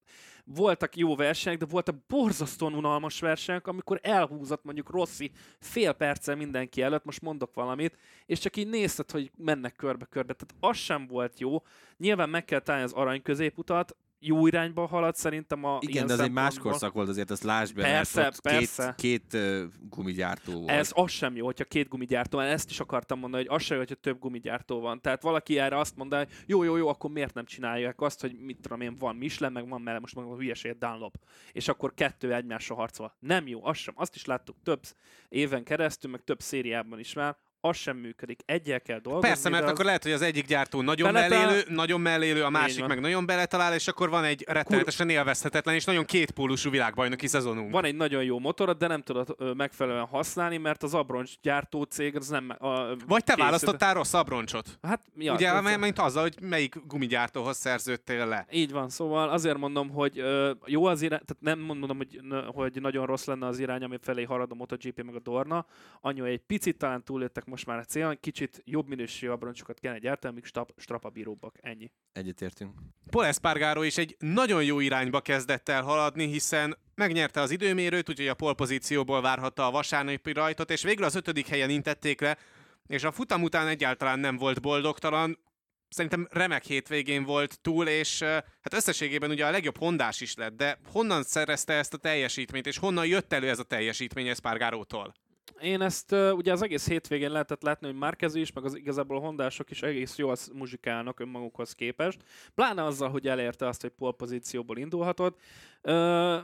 voltak jó versenyek, de voltak borzasztóan unalmas versenyek, amikor elhúzott mondjuk Rossi fél perccel mindenki előtt, most mondok valamit, és csak így nézted, hogy mennek körbe-körbe. Tehát az sem volt jó. Nyilván meg kell találni az arany középutat, jó irányba halad szerintem a Igen, ilyen de az egy más szempontból. korszak volt azért, azt lásd be, Persze, mert ott persze. két, két uh, gumigyártó volt. Ez az sem jó, hogyha két gumigyártó van, ezt is akartam mondani, hogy az sem jó, hogyha több gumigyártó van. Tehát valaki erre azt mondja, hogy jó, jó, jó, akkor miért nem csinálják azt, hogy mit tudom én, van Michelin, meg van mellett most meg a hülyeség Dunlop. És akkor kettő egymásra harcol. Nem jó, az sem. Azt is láttuk több éven keresztül, meg több szériában is már, az sem működik. Egyel kell dolgozni. Persze, mert de az... akkor lehet, hogy az egyik gyártó nagyon Beletalál- mellélő, nagyon mellélő, a másik van. meg nagyon beletalál, és akkor van egy rettenetesen élvezhetetlen és nagyon kétpólusú világbajnoki szezonunk. Van egy nagyon jó motorod, de nem tudod ö, megfelelően használni, mert az abroncs gyártó cég az nem... A, Vagy te készít- választottál rossz abroncsot. Hát, ja, Ugye, az- mint azzal, hogy melyik gumigyártóhoz szerződtél le. Így van, szóval azért mondom, hogy ö, jó az irány, tehát nem mondom, hogy, n- hogy nagyon rossz lenne az irány, ami felé halad a MotoGP meg a Dorna. Annyi, hogy egy picit talán túléltek most már a célon, kicsit jobb minőségű abroncsokat kellene gyártani, amik strap, strapabíróbbak. Ennyi. Egyetértünk. Pol Espargaro is egy nagyon jó irányba kezdett el haladni, hiszen megnyerte az időmérőt, úgyhogy a polpozícióból várhatta a vasárnapi rajtot, és végül az ötödik helyen intették le, és a futam után egyáltalán nem volt boldogtalan. Szerintem remek hétvégén volt túl, és eh, hát összességében ugye a legjobb hondás is lett, de honnan szerezte ezt a teljesítményt, és honnan jött elő ez a teljesítmény Espargarótól? Én ezt uh, ugye az egész hétvégén lehetett látni, hogy Márquez is, meg az igazából a hondások is egész jól muzsikálnak önmagukhoz képest. Pláne azzal, hogy elérte azt, hogy pole pozícióból indulhatod. Uh,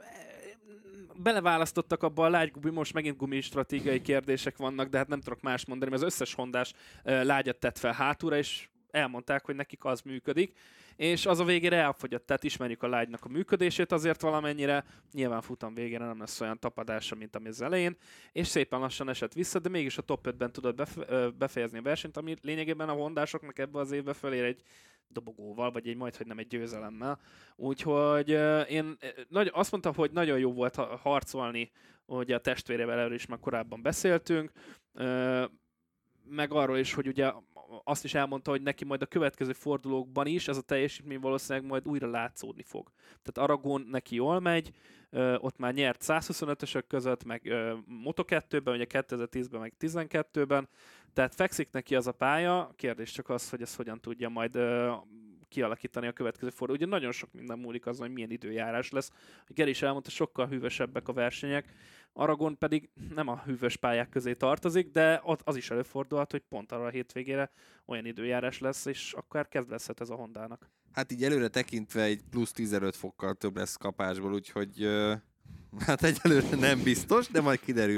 beleválasztottak abba a lágy gumi, most megint gumi stratégiai kérdések vannak, de hát nem tudok más mondani, mert az összes hondás uh, lágyat tett fel hátulra, és elmondták, hogy nekik az működik, és az a végére elfogyott, tehát ismerjük a lágynak a működését azért valamennyire, nyilván futam végére nem lesz olyan tapadása, mint ami az elején, és szépen lassan esett vissza, de mégis a top ötben tudod befe- ö, befejezni a versenyt, ami lényegében a hondásoknak ebbe az évbe felér egy dobogóval, vagy egy majdhogy nem egy győzelemmel. Úgyhogy ö, én ö, nagy, azt mondtam, hogy nagyon jó volt ha- harcolni, hogy a testvérével erről is már korábban beszéltünk, ö, meg arról is, hogy ugye azt is elmondta, hogy neki majd a következő fordulókban is ez a teljesítmény valószínűleg majd újra látszódni fog. Tehát Aragon neki jól megy, ö, ott már nyert százhuszonötösök között, meg ö, Moto kettőben, ugye kétezer-tízben, meg tizenkettőben, tehát fekszik neki az a pálya, kérdés csak az, hogy ezt hogyan tudja majd ö, kialakítani a következő forduló. Ugye nagyon sok minden múlik azon, hogy milyen időjárás lesz. Geri is elmondta, sokkal hűvösebbek a versenyek, Aragon pedig nem a hűvös pályák közé tartozik, de ott az is előfordulhat, hogy pont arra a hétvégére olyan időjárás lesz, és akár kedvezhet ez a Hondának. Hát így előre tekintve egy plusz tizenöt fokkal több lesz kapásból, úgyhogy uh, hát egyelőre nem biztos, de majd kiderül.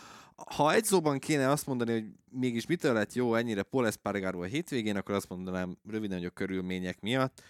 Ha egy szóban kéne azt mondani, hogy mégis mitől lett jó ennyire Pol Espargaro a hétvégén, akkor azt mondanám röviden, hogy a körülmények miatt.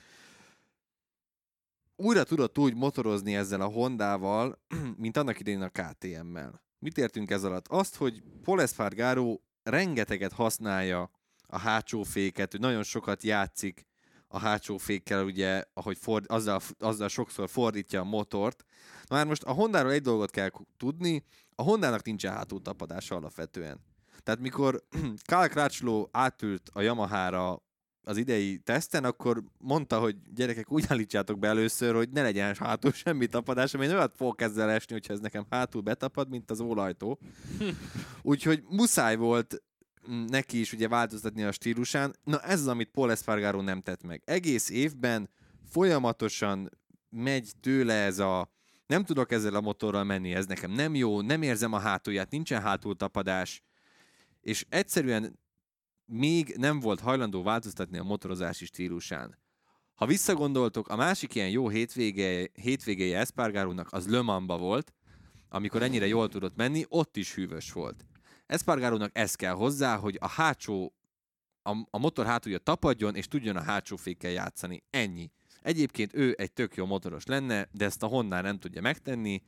Újra tudott úgy motorozni ezzel a Hondával, mint annak idején a ká té emmel. Mit értünk ez alatt? Azt, hogy Pol Espargaro rengeteget használja a hátsó féket, hogy nagyon sokat játszik a hátsó fékkel, ugye, ahogy ford, azzal, azzal sokszor fordítja a motort. Na már most a Hondáról egy dolgot kell tudni, a Hondának nincsen hátultapadása alapvetően. Tehát mikor Cal Crutchlow átült a Yamahára az idei teszten, akkor mondta, hogy gyerekek, úgy állítsátok be először, hogy ne legyen hátul semmi tapadás, ami olyat fog ezzel esni, hogyha ez nekem hátul betapad, mint az ólajtó. Úgyhogy muszáj volt neki is ugye változtatni a stílusán. Na ez az, amit Pol Espargaro nem tett meg. Egész évben folyamatosan megy tőle ez a nem tudok ezzel a motorral menni, ez nekem nem jó, nem érzem a hátulját, nincsen hátultapadás, és egyszerűen még nem volt hajlandó változtatni a motorozási stílusán. Ha visszagondoltok, a másik ilyen jó hétvége, hétvégéje Espargarónak az Le Mansba volt, amikor ennyire jól tudott menni, ott is hűvös volt. Espargarónak ez kell hozzá, hogy a hátsó, a, a motor hátulja tapadjon, és tudjon a hátsó fékkel játszani. Ennyi. Egyébként ő egy tök jó motoros lenne, de ezt a Honda nem tudja megtenni.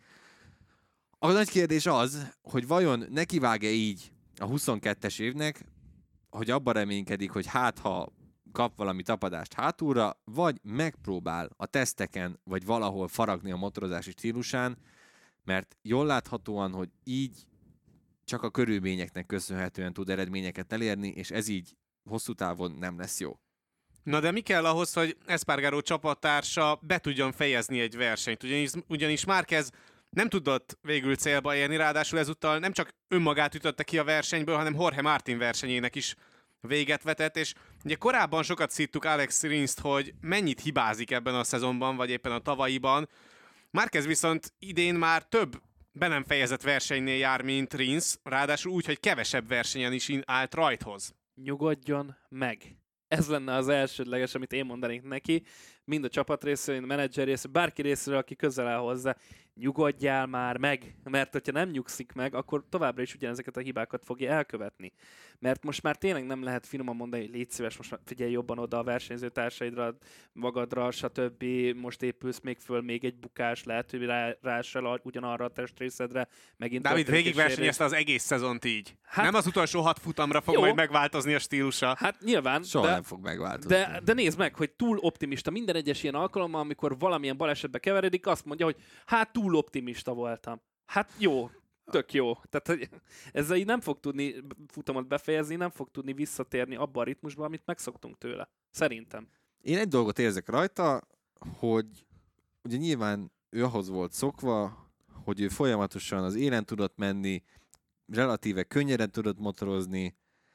A nagy kérdés az, hogy vajon nekivág-e így a huszonkettes évnek, hogy abban reménykedik, hogy hát ha kap valami tapadást hátulra, vagy megpróbál a teszteken, vagy valahol faragni a motorozási stílusán, mert jól láthatóan, hogy így csak a körülményeknek köszönhetően tud eredményeket elérni, és ez így hosszú távon nem lesz jó. Na de mi kell ahhoz, hogy Espargaró csapattársa be tudjon fejezni egy versenyt? Ugyanis, ugyanis Márquez nem tudott végül célba érni, ráadásul ezúttal nem csak önmagát ütötte ki a versenyből, hanem Jorge Martin versenyének is véget vetett, és ugye korábban sokat szíttuk Alex Rinst, hogy mennyit hibázik ebben a szezonban, vagy éppen a tavalyiban. Márquez viszont idén már több be nem fejezett versenynél jár, mint Rins, ráadásul úgy, hogy kevesebb versenyen is állt rajthoz. Nyugodjon meg! Ez lenne az elsődleges, amit én mondanék neki, mind a csapat részéről, mind a menedzser részéről, bárki részéről, aki közel áll hozzá. Nyugodjál már meg, mert hogyha nem nyugszik meg, akkor továbbra is ugyanezeket a hibákat fogja elkövetni. Mert most már tényleg nem lehet finoman mondani, hogy légy szíves, most már figyelj jobban oda a versenyző társaidra, magadra, stb. Most épülsz még föl, még egy bukás, lehet, hogy rá, rásel ugyanarra a testrészedre. Megint Dávid végigversenyezte az egész szezont így. Hát, nem az utolsó hat futamra fog jó. majd megváltozni a stílusa. Hát nyilván. Soha de... nem fog megváltozni. De, de nézd meg, hogy túl optimista. Minden egyes ilyen alkalommal, amikor valamilyen balesetbe keveredik, azt mondja, hogy hát túl optimista voltam. Hát jó, tök jó. Tehát hogy ezzel így nem fog tudni futamot befejezni, nem fog tudni visszatérni abba a ritmusba, amit megszoktunk tőle. Szerintem. Én egy dolgot érzek rajta, hogy ugye nyilván ő ahhoz volt szokva, hogy ő folyamatosan az élen tudott menni, relatíve könnyeden tudott motorozni,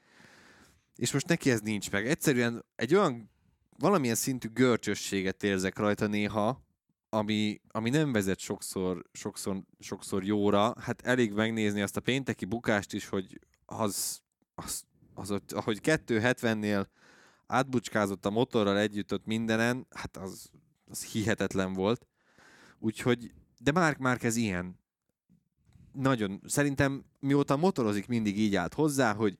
és most neki ez nincs meg. Egyszerűen egy olyan valamilyen szintű görcsösséget érzek rajta néha, ami, ami nem vezet sokszor, sokszor, sokszor jóra. Hát elég megnézni azt a pénteki bukást is, hogy az, az, az, az ahogy kettő hetvennél átbucskázott a motorral együtt ott mindenen, hát az, az hihetetlen volt. Úgyhogy, de Marc Márquez ilyen. Nagyon, szerintem mióta motorozik, mindig így állt hozzá, hogy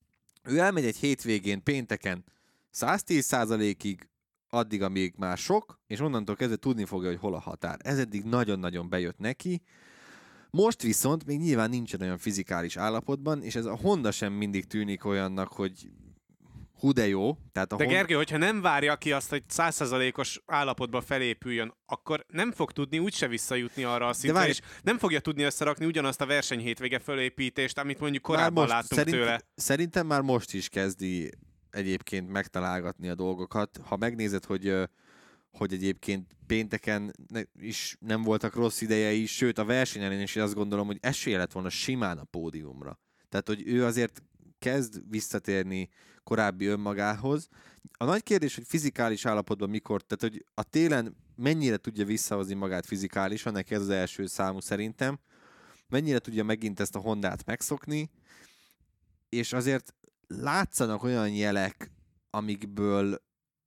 ő elmegy egy hétvégén, pénteken száztíz százalékig, addig, amíg már sok, és onnantól kezdve tudni fogja, hogy hol a határ. Ez eddig nagyon-nagyon bejött neki. Most viszont még nyilván nincsen olyan fizikális állapotban, és ez a Honda sem mindig tűnik olyannak, hogy hú de jó. Tehát a de Honda... Gergő, hogyha nem várja ki azt, hogy száz százalékos állapotba felépüljön, akkor nem fog tudni úgyse visszajutni arra a szintre, várj... és nem fogja tudni összerakni ugyanazt a verseny hétvége fölépítést, amit mondjuk korábban láttunk szerint, tőle. Szerintem már most is kezdi egyébként megtalálgatni a dolgokat. Ha megnézed, hogy, hogy egyébként pénteken is nem voltak rossz idejei, sőt a versenyen is azt gondolom, hogy esélye lett volna simán a pódiumra. Tehát, hogy ő azért kezd visszatérni korábbi önmagához. A nagy kérdés, hogy fizikális állapotban mikor, tehát, hogy a télen mennyire tudja visszahozni magát fizikálisan, neki ez az első számú szerintem, mennyire tudja megint ezt a Hondát megszokni, és azért látszanak olyan jelek, amikből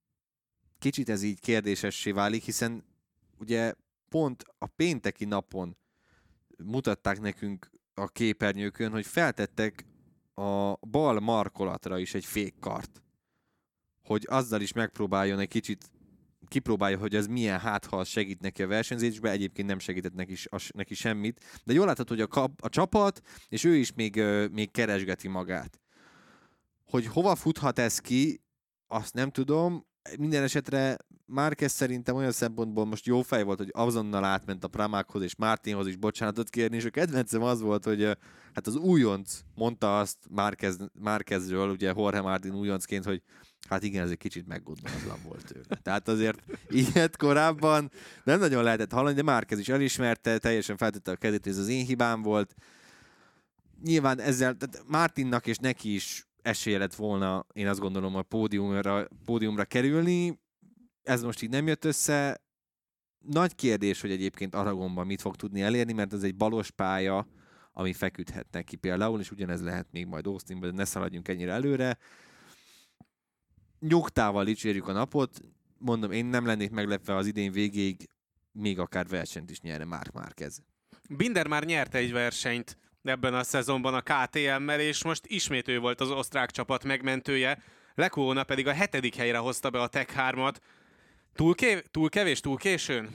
kicsit ez így kérdésessé válik, hiszen ugye pont a pénteki napon mutatták nekünk a képernyőkön, hogy feltettek a bal markolatra is egy fékkart, hogy azzal is megpróbáljon egy kicsit, kipróbálja, hogy ez milyen, hát ha az segít neki a versenyzésbe, egyébként nem segített neki, neki semmit, de jól látható, hogy a, kap, a csapat, és ő is még, még keresgeti magát. Hogy hova futhat ez ki, azt nem tudom, minden esetre Márquez szerintem olyan szempontból most jó fej volt, hogy azonnal átment a Pramákhoz és Martinhoz is bocsánatot kérni, és a kedvencem az volt, hogy hát az újonc mondta azt Márquez, Márquezről, ugye Jorge Martin újoncként, hogy hát igen, ez egy kicsit meggondolatlan volt tőle. Tehát azért ilyet korábban nem nagyon lehetett hallani, de Márquez is elismerte, teljesen feltette a kezét, hogy ez az én hibám volt. Nyilván ezzel, tehát Martinnak és neki is esélye lett volna, én azt gondolom, a pódiumra, pódiumra kerülni. Ez most így nem jött össze. Nagy kérdés, hogy egyébként Aragonban mit fog tudni elérni, mert ez egy balos pálya, ami feküdhet neki például, és ugyanez lehet még majd Austinban, de ne szaladjunk ennyire előre. Nyugtával dicsérjük a napot. Mondom, én nem lennék meglepve az idén végéig, még akár versenyt is nyerne Marc Márquez. Binder már nyerte egy versenyt ebben a szezonban a ká té em-mel, és most ismét ő volt az osztrák csapat megmentője. Lecouona pedig a hetedik helyre hozta be a Tech hármat. Túl, kév- túl kevés, túl későn?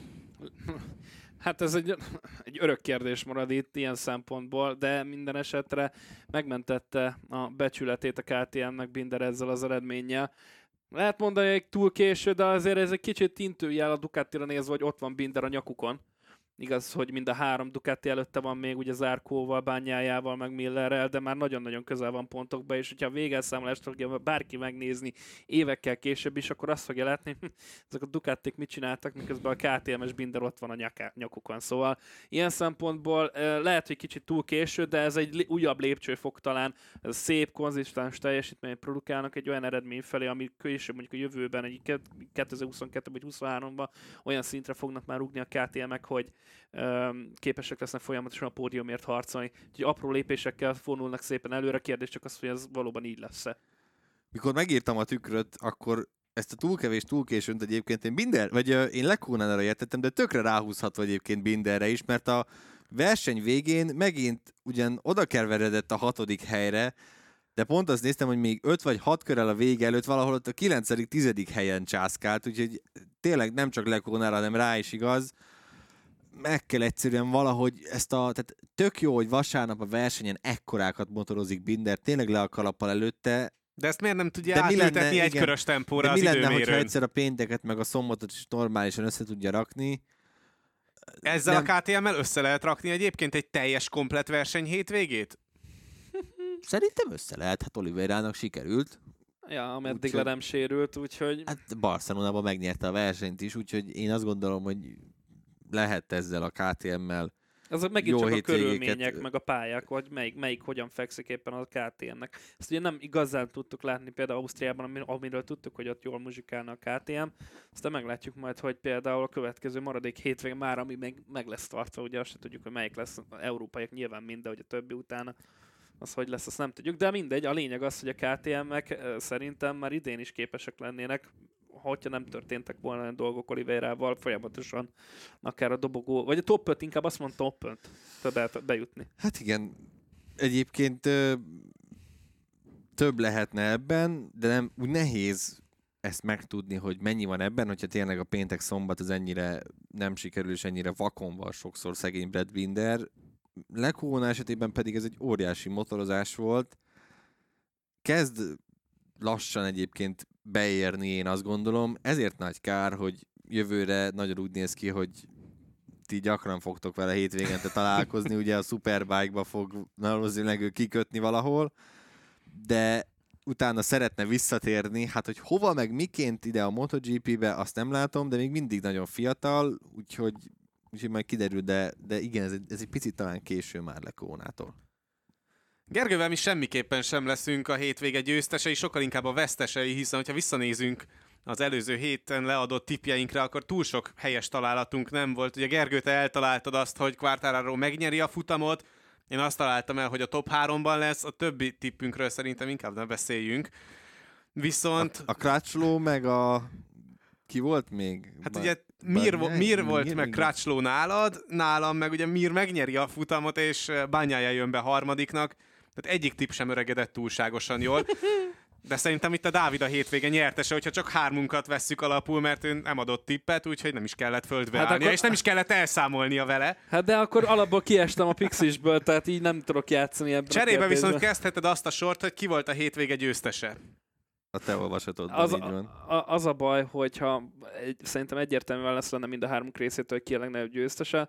Hát ez egy, egy örök kérdés marad itt ilyen szempontból, de minden esetre megmentette a becsületét a ká té em-nek Binder ezzel az eredménnyel. Lehet mondani, hogy túl késő, de azért ez egy kicsit intőjel a Ducatira nézve, hogy ott van Binder a nyakukon. Igaz, hogy mind a három Ducati előtte van még ugye Zarcóval, Bagnájával, meg Millerrel, de már nagyon-nagyon közel van pontokba, és hogyha a végelszámolást fogja bárki megnézni évekkel később is, akkor azt fogja látni, ezek a Ducatik mit csináltak, miközben a ká té em-es Binder ott van a nyaká, nyakukon. Szóval ilyen szempontból lehet, hogy kicsit túl késő, de ez egy újabb lépcsőfok talán, ez szép, konzisztens teljesítményt produkálnak egy olyan eredmény felé, ami később mondjuk a jövőben, egy kétezer-huszonkettő vagy huszonháromban olyan szintre fognak már rúgni a ká té em-ek, hogy képesek lesznek folyamatosan a pódiumért harcolni. Úgyhogy apró lépésekkel vonulnak szépen előre, kérdés csak az, hogy ez valóban így lesz-e. Mikor megírtam a tükröt, akkor ezt a túl kevés, túl későnt egyébként én Binder, vagy uh, én Lecouonnára értettem, de tökre ráhúzható egyébként Binderre is, mert a verseny végén megint ugyan oda keveredett a hatodik helyre, de pont azt néztem, hogy még öt vagy hat körrel a vége előtt valahol ott a kilencedik, tizedik helyen császkált, úgyhogy tényleg nem csak Lecouonnára, hanem rá is igaz. Meg kell egyszerűen valahogy ezt a... Tehát tök jó, hogy vasárnap a versenyen ekkorákat motorozik Binder, tényleg le a kalappal előtte. De ezt miért nem tudja De mi átültetni lenne, egy igen, körös tempóra de az mi lenne, időmérőn? hogyha egyszer a pénteket meg a szombatot is normálisan össze tudja rakni? Ezzel nem... a ká té em-mel össze lehet rakni egyébként egy teljes komplet verseny hétvégét? Szerintem össze lehet, hát Oliverának sikerült. Ja, ameddig Úgy, le nem sérült, úgyhogy... Hát Barcelonában megnyerte a versenyt is, úgyhogy én azt gondolom, hogy lehet ezzel a ká té em-mel Ezek megint jó csak a hétvégéket... körülmények, meg a pályák, vagy melyik, melyik hogyan fekszik éppen a ká té em-nek. Ezt ugye nem igazán tudtuk látni például Ausztriában, amiről tudtuk, hogy ott jól muzsikálna a ká té em. Aztán meglátjuk majd, hogy például a következő maradék hétvégén már, ami meg, meg lesz tartva, ugye azt se tudjuk, hogy melyik lesz. A európaiak nyilván minden, hogy a többi utána az hogy lesz, azt nem tudjuk, de mindegy, a lényeg az, hogy a ká té em-ek szerintem már idén is képesek lennének, hogyha nem történtek volna olyan dolgok Oliveirával, folyamatosan akár a dobogó, vagy a top öt, inkább azt mondta top öt bejutni. Hát igen, egyébként ö, több lehetne ebben, de nem, úgy nehéz ezt megtudni, hogy mennyi van ebben, hogyha tényleg a péntek-szombat az ennyire nem sikerül, és ennyire vakon van sokszor szegény Brad Binder. Lecouona esetében pedig ez egy óriási motorozás volt. Kezd lassan egyébként beérni, én azt gondolom. Ezért nagy kár, hogy jövőre nagyon úgy néz ki, hogy ti gyakran fogtok vele hétvégente találkozni, ugye a Superbike-ba fog valószínűleg ő kikötni valahol, de utána szeretne visszatérni, hát hogy hova meg miként ide a MotoGP-be, azt nem látom, de még mindig nagyon fiatal, úgyhogy, úgyhogy majd kiderül, de, de igen, ez egy, ez egy picit talán késő már Lecouonától. Gergővel mi semmiképpen sem leszünk a hétvége győztesei, sokkal inkább a vesztesei, hiszen ha visszanézünk az előző héten leadott tippjeinkre, akkor túl sok helyes találatunk nem volt. Ugye Gergő, te eltaláltad azt, hogy Quartararo megnyeri a futamot, én azt találtam el, hogy a top háromban lesz, a többi tippünkről szerintem inkább ne beszéljünk. Viszont... A, a Crutchlow meg a... Ki volt még? Hát Ba- ugye Mir, Ba- Mir volt Mir, meg igen. Crutchlow nálad, nálam meg ugye Mir megnyeri a futamot, és Bagnaia jön be harmadiknak. Tehát egyik tipp sem öregedett túlságosan jól. De szerintem itt a Dávid a hétvége nyertese, hogyha csak hármunkat vesszük alapul, mert ő nem adott tippet, úgyhogy nem is kellett földbe Hát állnia, akkor- és nem is kellett elszámolnia vele. Hát de akkor alapból kiestem a Pixisből, tehát így nem tudok játszani ebben Cserébe a viszont kérdésben. kezdheted azt a sort, hogy ki volt a hétvége győztese. a te olvasatodban, Az így van. a, az a baj, hogyha egy, szerintem egyértelműen lesz lenne mind a három részétől, hogy ki a legnagyobb győztese.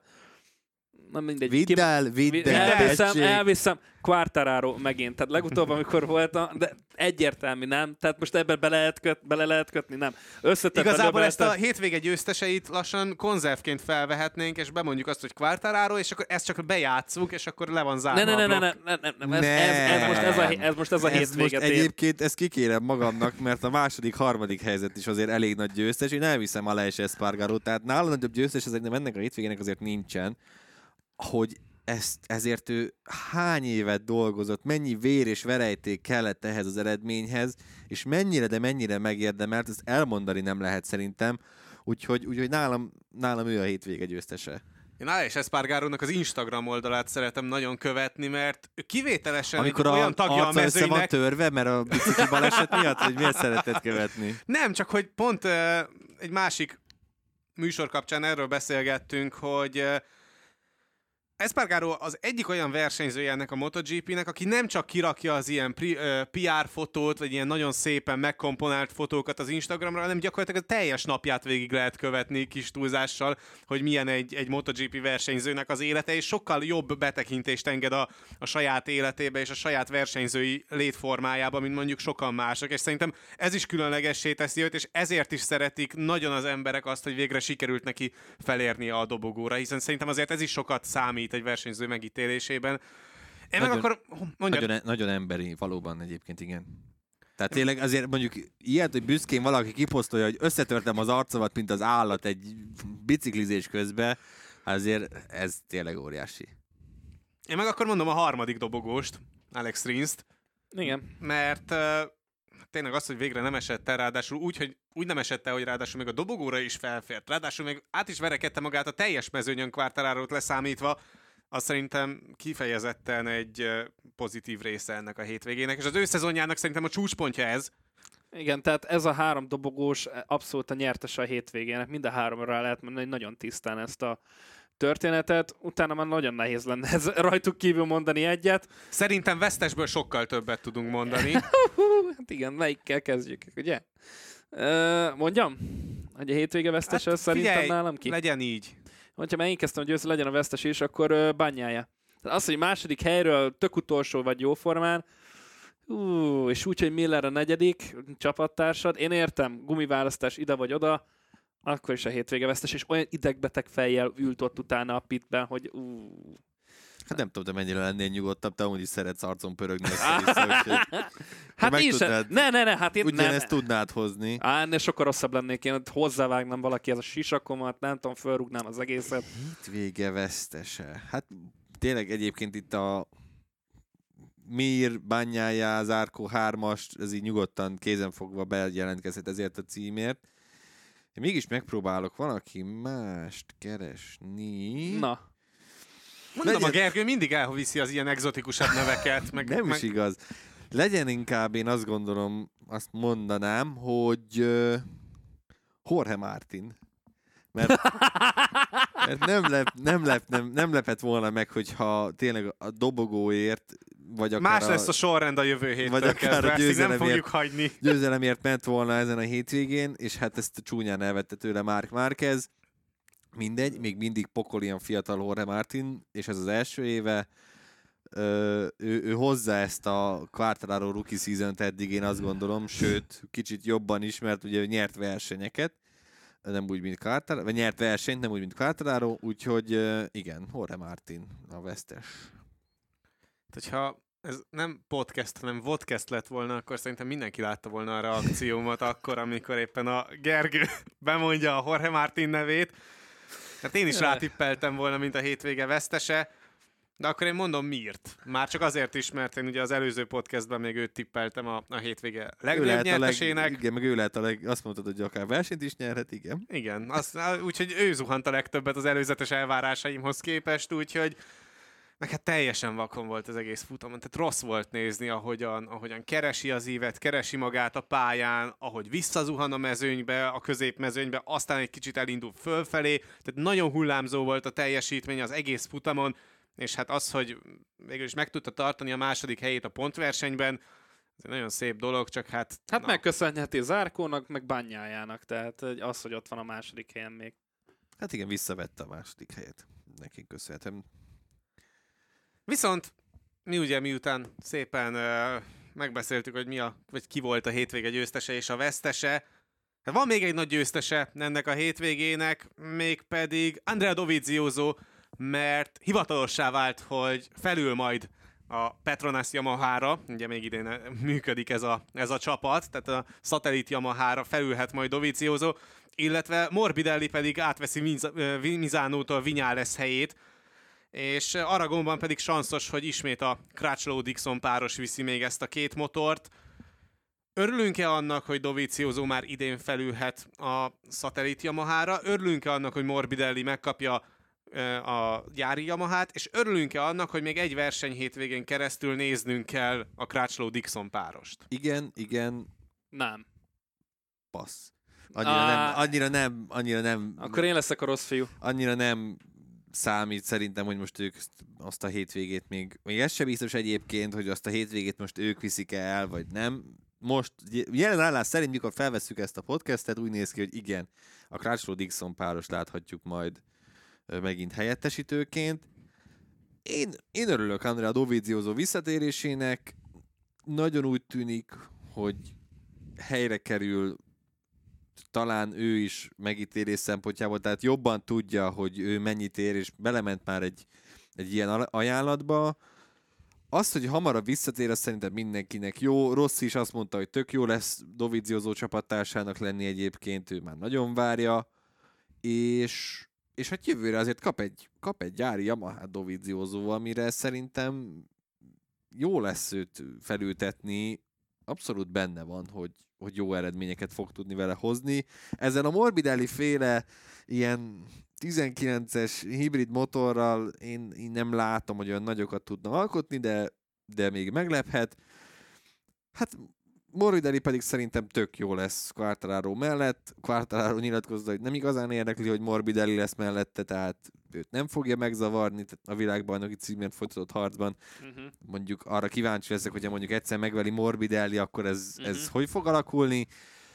Na mindegy. Vidd el, vidd el, elviszem, tessék. elviszem. Quartararo megint. Tehát legutóbb, amikor voltam, de egyértelmű, nem? Tehát most ebben bele lehet, köt, bele lehet kötni, nem? Összetett Igazából ezt a belőle, hétvége győzteseit lassan konzervként felvehetnénk, és bemondjuk azt, hogy Quartararo, és akkor ezt csak bejátszunk, és akkor le van zárva Ne, ne, a ne, blokk. ne, ne, ne, ne, ez, ez, ez, most ez, a, ez most ez a Ez most hétvége tér. egyébként ezt kikérem magamnak, mert a második, harmadik helyzet is azért elég nagy győztes. Én elviszem Aleix Espargaró, tehát nála nagyobb győztes ezeknek ennek a hétvégének azért nincsen, hogy ezt, ezért ő hány évet dolgozott, mennyi vér és verejték kellett ehhez az eredményhez, és mennyire, de mennyire megérdemelt, ezt elmondani nem lehet szerintem, úgyhogy, úgyhogy nálam, nálam ő a hétvége győztese. Én Aleix Espargarónak az Instagram oldalát szeretem nagyon követni, mert ő kivételesen Amikor egy a olyan tagja a arca össze van mezőnynek... törve, mert a bicikli baleset miatt, hogy miért szeretett követni? Nem, csak hogy pont uh, egy másik műsor kapcsán erről beszélgettünk, hogy uh, Espargaró az egyik olyan versenyzője ennek a MotoGP-nek, aki nem csak kirakja az ilyen pri, uh, pé er fotót, vagy ilyen nagyon szépen megkomponált fotókat az Instagramra, hanem gyakorlatilag a teljes napját végig lehet követni kis túlzással, hogy milyen egy, egy MotoGP versenyzőnek az élete, és sokkal jobb betekintést enged a, a saját életébe és a saját versenyzői létformájába, mint mondjuk sokan mások, és szerintem ez is különlegessé teszi őt, és ezért is szeretik nagyon az emberek azt, hogy végre sikerült neki felérnie a dobogóra, hiszen szerintem azért ez is sokat számít egy versenyző megítélésében. Én Nagyon, meg akkor mondjad. Nagyon, nagyon emberi, valóban egyébként, igen. Tehát tényleg azért mondjuk ilyet, hogy büszkén valaki kiposztolja, hogy összetörtem az arcomat, mint az állat egy biciklizés közben, azért ez tényleg óriási. Én meg akkor mondom a harmadik dobogóst, Alex Rins-t, Igen. mert uh, tényleg az, hogy végre nem esett el, ráadásul úgy, hogy úgy nem esett el, hogy ráadásul még a dobogóra is felfért, ráadásul még át is verekedte magát a teljes mezőnyön Quartararót leszámítva, az szerintem kifejezetten egy uh, pozitív része ennek a hétvégének, és az ő szezonjának szerintem a csúcspontja ez. Igen, tehát ez a három dobogós abszolút a nyertes a hétvégének. Mind a háromra lehet mondani, hogy nagyon tisztán ezt a történetet. Utána már nagyon nehéz lenne ez rajtuk kívül mondani egyet. Szerintem vesztesből sokkal többet tudunk mondani. Hát igen, melyikkel kezdjük, ugye? Ö, mondjam, hogy a hétvége vesztes, hát, szerintem figyelj, nálam ki. Legyen így. Hogyha már én kezdtem, hogy győző legyen a vesztes is, akkor uh, Bagnaia. Az, hogy második helyről tök utolsó vagy jóformán, uh, és úgy, hogy Miller a negyedik csapattársad, én értem, gumiválasztás ide vagy oda, akkor is a hétvége vesztes, és olyan idegbeteg fejjel ült ott utána a pitben, hogy uh. Hát nem tudom, de mennyire lennél nyugodtabb, te amúgy is szeretsz arcon pörögni össze-vissza, úgyhogy Hát én sem. Ne, ne, ne, hát én nem. ugyanezt tudnád hozni. Á, ennél sokkal rosszabb lennék, én hozzávágnám valaki ez a sisakomat, nem tudom, fölrúgnám az egészet. Hétvége vesztese. Hát tényleg egyébként itt a Mir, Bagnaia, Zarco hármas, ez így nyugodtan kézenfogva bejelentkezhet ezért a címért. Én mégis megpróbálok valaki mást keresni. Na. Mondom, Legyen... a Gergő mindig elviszi az ilyen egzotikusabb neveket. Meg, Nem meg... is igaz. Legyen inkább, én azt gondolom, azt mondanám, hogy uh, Jorge Martin. Mert, mert nem, lep, nem, lep, nem, nem lepett volna meg, hogyha tényleg a dobogóért, vagy akár Más a, lesz a sorrend a jövő héttől vagy akár kezdve, a ezt így nem győzelemért- fogjuk hagyni. győzelemért ment volna ezen a hétvégén, és hát ezt csúnyán elvette tőle Marc Márquez. Mindegy, még mindig pokol ilyen fiatal Jorge Martin, és ez az első éve. Ö, ő, ő hozzá ezt a Quartararo rookie season-t eddig, én azt gondolom, sőt, kicsit jobban is, mert ugye nyert versenyeket, nem úgy, mint Quartararo, vagy nyert versenyt, nem úgy, mint Quartararo, úgyhogy igen, Jorge Martin a vesztes. Hogyha ez nem podcast, hanem vodcast lett volna, akkor szerintem mindenki látta volna a reakciómat akkor, amikor éppen a Gergő bemondja a Jorge Martin nevét. Hát én is rátippeltem volna, mint a hétvége vesztese, de akkor én mondom Mirt. Már csak azért is, mert én ugye az előző podcastben még őt tippeltem a, a hétvége legnagyobb nyertesének. Leg, igen, meg ő lehet a leg, azt mondtad, hogy akár versenyt is nyerhet, igen. Igen, azt, úgyhogy ő zuhant a legtöbbet az előzetes elvárásaimhoz képest, úgyhogy meg hát teljesen vakon volt az egész futamon, tehát rossz volt nézni, ahogyan, ahogyan keresi az ívet, keresi magát a pályán, ahogy visszazuhan a mezőnybe, a középmezőnybe, aztán egy kicsit elindul fölfelé, tehát nagyon hullámzó volt a teljesítmény az egész futamon, és hát az, hogy végül is meg tudta tartani a második helyét a pontversenyben, Ez egy nagyon szép dolog, csak hát... Hát na. megköszönheti Zárkónak, meg Banyájának, tehát az, hogy ott van a második helyen még. Hát igen, visszavette a második helyet. Neki köszönhetem. Viszont mi ugye miután szépen uh, megbeszéltük, hogy mi a, vagy ki volt a hétvége győztese és a vesztese, hát van még egy nagy győztese ennek a hétvégének, mégpedig Andrea Dovizioso, mert hivatalossá vált, hogy felül majd a Petronas Yamahára, ugye még idén működik ez a, ez a csapat, tehát a szatellit Yamahára felülhet majd Dovizioso, illetve Morbidelli pedig átveszi Misánótól Viñales helyét, és Aragonban pedig sanszos, hogy ismét a Crutchlow-Dixon páros viszi még ezt a két motort. Örülünk-e annak, hogy Dovizioso már idén felülhet a szatellit Yamahára? Örülünk-e annak, hogy Morbidelli megkapja a gyári Yamahát? És örülünk-e annak, hogy még egy verseny hétvégén keresztül néznünk kell a Crutchlow-Dixon párost? Igen, igen, Nem. passz. Annyira Á. nem, annyira nem, annyira nem... Akkor én leszek a rossz fiú. Annyira nem számít szerintem, hogy most ők azt a hétvégét még... Még ez sem biztos egyébként, hogy azt a hétvégét most ők viszik el, vagy nem. Most, jelen állás szerint, mikor felvesszük ezt a podcastet, úgy néz ki, hogy igen, a Crutchlow-Dixon páros láthatjuk majd megint helyettesítőként. Én, én örülök Andrea Dovizioso visszatérésének. Nagyon úgy tűnik, hogy helyre kerül talán ő is megítélés szempontjából, tehát jobban tudja, hogy ő mennyit ér, és belement már egy, egy ilyen ajánlatba. Az, hogy hamarabb visszatér, az szerintem mindenkinek jó. Rossi is azt mondta, hogy tök jó lesz Dovizioso csapattársának lenni egyébként, ő már nagyon várja, és, és hát jövőre azért kap egy, kap egy gyári Yamaha Dovizioso, amire szerintem jó lesz őt felültetni. Abszolút benne van, hogy, hogy jó eredményeket fog tudni vele hozni. Ezzel a Morbidelli féle ilyen tizenkilences hibrid motorral én, én nem látom, hogy olyan nagyokat tudna alkotni, de, de még meglephet. Hát Morbidelli pedig szerintem tök jó lesz Quartararo mellett. Quartararo nyilatkozta, hogy nem igazán érdekli, hogy Morbidelli lesz mellette, tehát őt nem fogja megzavarni a világbajnoki címért folytatott harcban. Uh-huh. Mondjuk arra kíváncsi leszek, hogyha mondjuk egyszer megveli Morbidelli, akkor ez, uh-huh. ez hogy fog alakulni,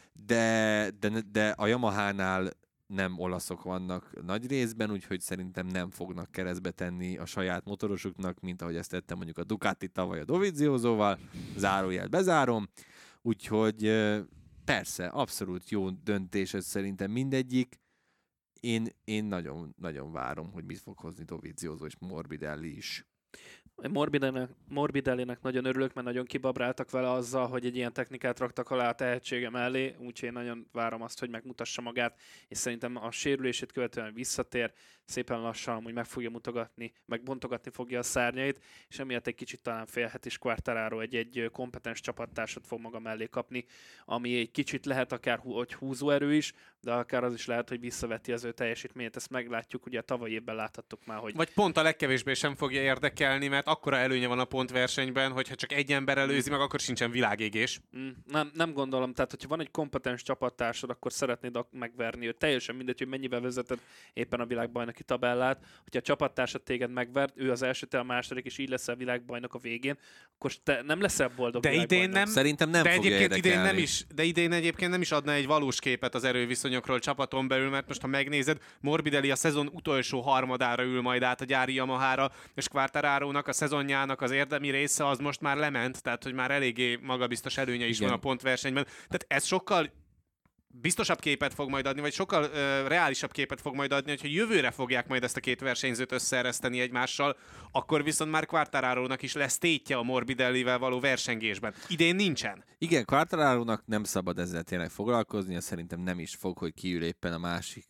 de, de, de a Yamahánál nem olaszok vannak nagy részben, úgyhogy szerintem nem fognak keresztbe tenni a saját motorosuknak, mint ahogy ezt tettem mondjuk a Ducati tavaly a Doviziosoval, zárójel bezárom, úgyhogy persze, abszolút jó döntés ez szerintem mindegyik. Én, én nagyon, nagyon várom, hogy mit fog hozni Dovizioso és Morbidelli is. Morbidellinek, Morbidellinek nagyon örülök, mert nagyon kibabráltak vele azzal, hogy egy ilyen technikát raktak alá a tehetsége mellé, úgyhogy én nagyon várom azt, hogy megmutassa magát, és szerintem a sérülését követően visszatér, szépen lassan amúgy meg fogja mutogatni, meg bontogatni fogja a szárnyait, és emiatt egy kicsit talán félhet is Quartararo, egy-egy kompetens csapattársat fog maga mellé kapni, ami egy kicsit lehet akár hogy húzóerő is, de akár az is lehet, hogy visszaveti az ő teljesítményét, ezt meglátjuk, ugye a tavaly évben láthattuk már, hogy... Vagy pont a legkevésbé sem fogja érdekelni, mert akkora előnye van a pontversenyben, hogyha csak egy ember előzi meg, akkor sincsen világégés. Mm, nem, nem gondolom, tehát hogyha van egy kompetens csapattársad, akkor szeretnéd megverni őt. Teljesen mindegy, hogy mennyivel vezeted éppen a világbajnoki tabellát. Hogyha a csapattársad téged megvert, ő az első, te a második, és így leszel világbajnok a végén, akkor te nem leszel boldog. De idén nem. Szerintem nem de fogja egyébként érdekelni. idén nem is, de idén egyébként nem is adna egy valós képet az erőviszonyokról csapaton belül, mert most ha megnézed, Morbidelli a szezon utolsó harmadára ül majd át a gyári Yamahára, és Quartararónak a szezonjának az érdemi része az most már lement, tehát hogy már eléggé magabiztos előnye is Igen. van a pontversenyben. Tehát ez sokkal biztosabb képet fog majd adni, vagy sokkal uh, reálisabb képet fog majd adni, hogyha jövőre fogják majd ezt a két versenyzőt összeereszteni egymással, akkor viszont már Quartararónak is lesz tétje a Morbidellivel való versengésben. Idén nincsen. Igen, Quartararónak nem szabad ezzel tényleg foglalkozni, szerintem nem is fog, hogy kiül éppen a másik,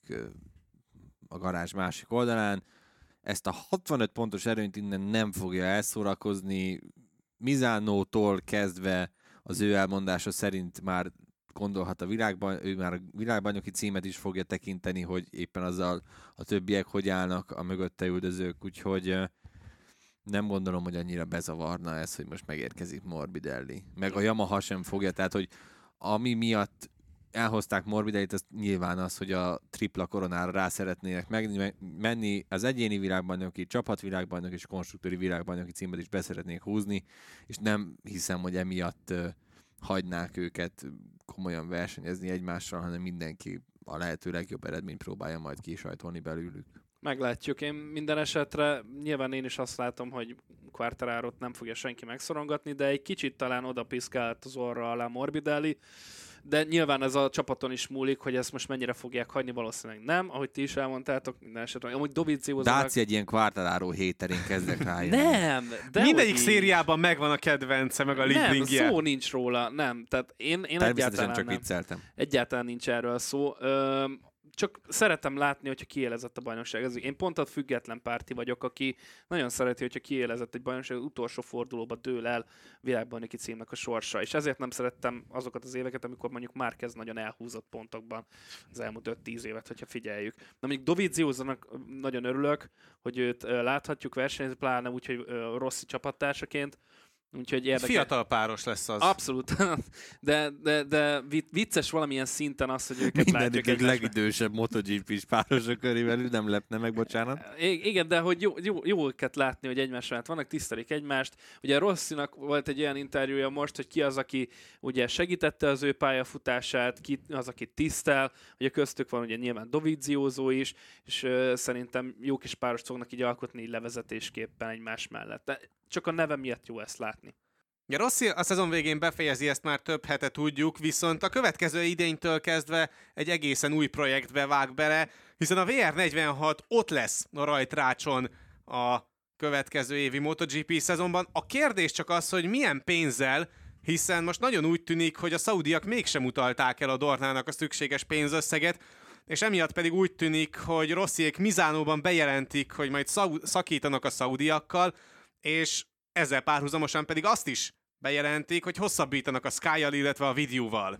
a garázs másik oldalán. Ezt a hatvanöt pontos erőnyt innen nem fogja elszórakozni. Misánótól kezdve az ő elmondása szerint már gondolhat a világban, ő már a világbajnoki címet is fogja tekinteni, hogy éppen azzal a többiek hogy állnak a mögötte üldözők, úgyhogy nem gondolom, hogy annyira bezavarna ez, hogy most megérkezik Morbidelli. Meg a Yamaha sem fogja, tehát hogy ami miatt elhozták Morbidellit, az nyilván az, hogy a tripla koronára rá szeretnének meg, menni, az egyéni világbajnoki, csapatvilágbajnoki és konstruktőri világbajnoki címet is beszeretnék húzni, és nem hiszem, hogy emiatt uh, hagynák őket komolyan versenyezni egymással, hanem mindenki a lehető legjobb eredményt próbálja majd kisajtolni belőlük. Meglátjuk. Én minden esetre nyilván én is azt látom, hogy Quartararot nem fogja senki megszorongatni, de egy kicsit talán oda piszkált az orra alá Morbidelli, de nyilván ez a csapaton is múlik, hogy ezt most mennyire fogják hagyni, valószínűleg nem, ahogy ti is elmondtátok, minden esetre. Amúgy Dovizioso-nak... Dáci egy ilyen Quartararo héterén kezdek rájönni. Nem! De mindegyik szériában megvan a kedvence, meg a liblingje. Nem, szó nincs róla, nem. Tehát én, én egyáltalán csak nem. vicceltem. Egyáltalán nincs erről szó. Ö, csak szeretem látni, hogyha kiélezett a bajnokság. Ez, én pont a független párti vagyok, aki nagyon szereti, hogyha kiélezett egy bajnokság, az utolsó fordulóba dől el világbajnoki címnek a sorsa. És ezért nem szerettem azokat az éveket, amikor mondjuk Márquez nagyon elhúzott pontokban az elmúlt öt-tíz évet, hogyha figyeljük. Na mondjuk Dovizioso-nak nagyon örülök, hogy őt láthatjuk versenyezni, pláne úgy, hogy Rossi csapattársaként. Úgyhogy érdekes. Fiatal páros lesz az. Abszolút. De, de, de vicces valamilyen szinten az, hogy őket látjuk. Mindenik legidősebb MotoGP-s párosok körével nem lepne meg, bocsánat. I- igen, de hogy jó, jó, jó őket látni, hogy egymás mellett vannak, tisztelik egymást. Ugye Rossinak volt egy olyan interjúja most, hogy ki az, aki ugye segítette az ő pályafutását, ki az, aki tisztel, hogy a köztük van ugye nyilván Dovizioso is, és uh, szerintem jó kis párost fognak így alkotni így levezetésképpen egymás mellett. De csak a neve miatt jó ezt látni. Ja, Rossi a szezon végén befejezi, ezt már több hete tudjuk, viszont a következő idénytől kezdve egy egészen új projektbe vág bele, hiszen a vé er negyvenhat ott lesz a rajtrácson a következő évi MotoGP szezonban. A kérdés csak az, hogy milyen pénzzel, hiszen most nagyon úgy tűnik, hogy a szaudiak mégsem utalták el a Dornának a szükséges pénzösszeget, és emiatt pedig úgy tűnik, hogy Rossiék Misánóban bejelentik, hogy majd szau- szakítanak a szaudiakkal, és ezzel párhuzamosan pedig azt is bejelentik, hogy hosszabbítanak a Sky-jal, illetve a Videóval.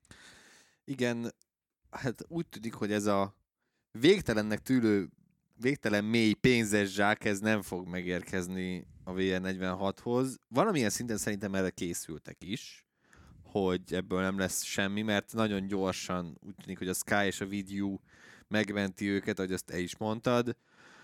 Igen, hát úgy tűnik, hogy ez a végtelennek tűlő, végtelen mély pénzes zsák, ez nem fog megérkezni a vé er negyvenhathoz. Valamilyen szinten szerintem erre készültek is, hogy ebből nem lesz semmi, mert nagyon gyorsan úgy tűnik, hogy a Sky és a Videó megmenti őket, ahogy azt te is mondtad.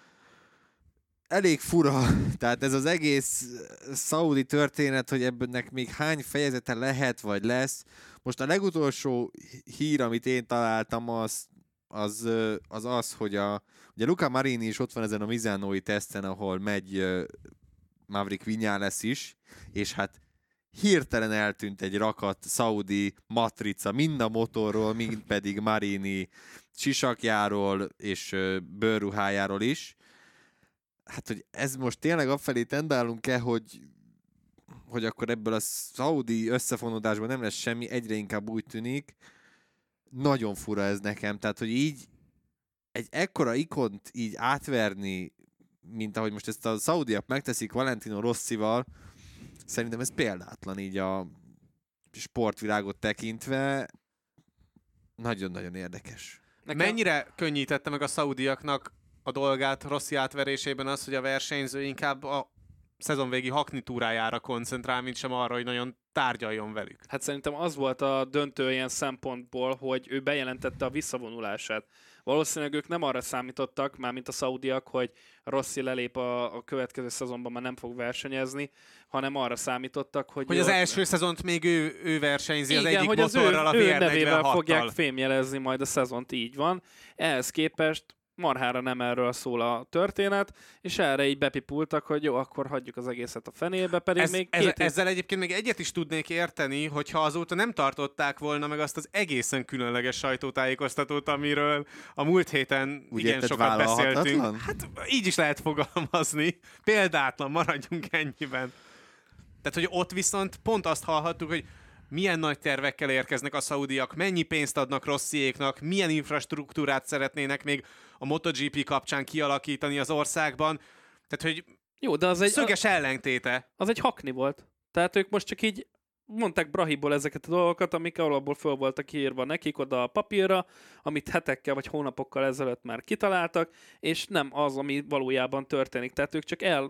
Elég fura, tehát ez az egész szaudi történet, hogy ebből még hány fejezete lehet, vagy lesz. Most a legutolsó hír, amit én találtam, az az, az, az hogy a, ugye Luca Marini is ott van ezen a misánói teszten, ahol megy uh, Maverick Viñales is, és hát hirtelen eltűnt egy rakat szaudi matrica, mind a motorról, mind pedig Marini sisakjáról és uh, bőrruhájáról is. Hát, hogy ez most tényleg afelé tendálunk-e, hogy, hogy akkor ebből a szaudi összefonódásban nem lesz semmi, egyre inkább úgy tűnik. Nagyon fura ez nekem, tehát, hogy így egy ekkora ikont így átverni, mint ahogy most ezt a szaudiak megteszik Valentino Rossival, szerintem ez példátlan így a sportvilágot tekintve. Nagyon-nagyon érdekes. Nekem... Mennyire könnyítette meg a szaudiaknak a dolgát Rossi átverésében az, hogy a versenyző inkább a szezonvégi haknitúrájára koncentrál, mint sem arra, hogy nagyon tárgyaljon velük? Hát szerintem az volt a döntő ilyen szempontból, hogy ő bejelentette a visszavonulását. Valószínűleg ők nem arra számítottak, mármint a szaudiak, hogy Rossi lelép a, a következő szezonban, már nem fog versenyezni, hanem arra számítottak, hogy... Hogy az első szezont még ő, ő versenyzi, igen, az egyik hogy motorral, az a ő, vé ő er nevével negyvenhattal. fogják fémjelezni majd a szezont, így van. Ehhez képest marhára nem erről szól a történet, és erre így bepipultak, hogy jó, akkor hagyjuk az egészet a fenébe, pedig Ez, még ez, két ezzel egyébként még egyet is tudnék érteni, hogyha azóta nem tartották volna meg azt az egészen különleges sajtótájékoztatót, amiről a múlt héten úgy igen érted, sokat beszéltünk. vállalhatatlan? Hát így is lehet fogalmazni. Példátlan, maradjunk ennyiben. Tehát, hogy ott viszont pont azt hallhattuk, hogy milyen nagy tervekkel érkeznek a szaudiak, mennyi pénzt adnak Rossiéknak, milyen infrastruktúrát szeretnének még a MotoGP kapcsán kialakítani az országban. Tehát, hogy jó, de az egy, szöges ellentéte. az egy hakni volt. Tehát ők most csak így mondták Brahiból ezeket a dolgokat, amik alapból föl voltak írva nekik oda a papírra, amit hetekkel vagy hónapokkal ezelőtt már kitaláltak, és nem az, ami valójában történik. Tehát ők csak el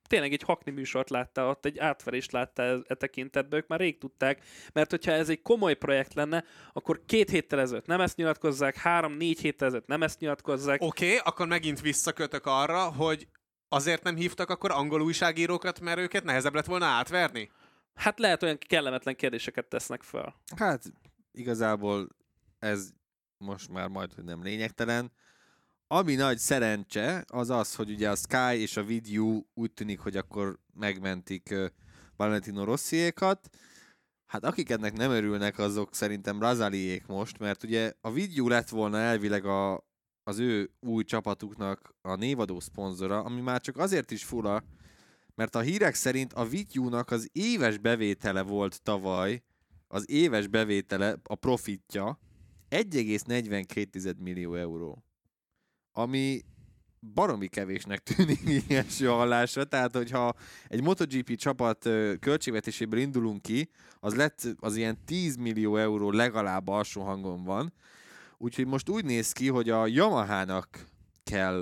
tényleg egy hakni műsort láttál, ott egy átverést láttál e tekintetben, ők már rég tudták, mert hogyha ez egy komoly projekt lenne, akkor két héttel ezelőtt nem ezt nyilatkozzák, három-négy héttel ezelőtt nem ezt nyilatkozzák. Oké, okay, akkor megint visszakötök arra, hogy azért nem hívtak akkor angol újságírókat, mert őket nehezebb lett volna átverni? Hát lehet olyan kellemetlen kérdéseket tesznek fel. Hát igazából ez most már majd, hogy nem lényegtelen. Ami nagy szerencse, az az, hogy ugye a Sky és a Video úgy tűnik, hogy akkor megmentik uh, Valentino Rossiékat. Hát akik ennek nem örülnek, azok szerintem Razaliék most, mert ugye a Video lett volna elvileg a, az ő új csapatuknak a névadó szponzora, ami már csak azért is fura, mert a hírek szerint a Videónak az éves bevétele volt tavaly, az éves bevétele, a profitja egy egész negyvenkét millió euró. Ami baromi kevésnek tűnik így első hallásra, tehát hogyha egy MotoGP csapat költségvetéséből indulunk ki, az lett az ilyen tíz millió euró legalább alsó hangon van, úgyhogy most úgy néz ki, hogy a Yamahának kell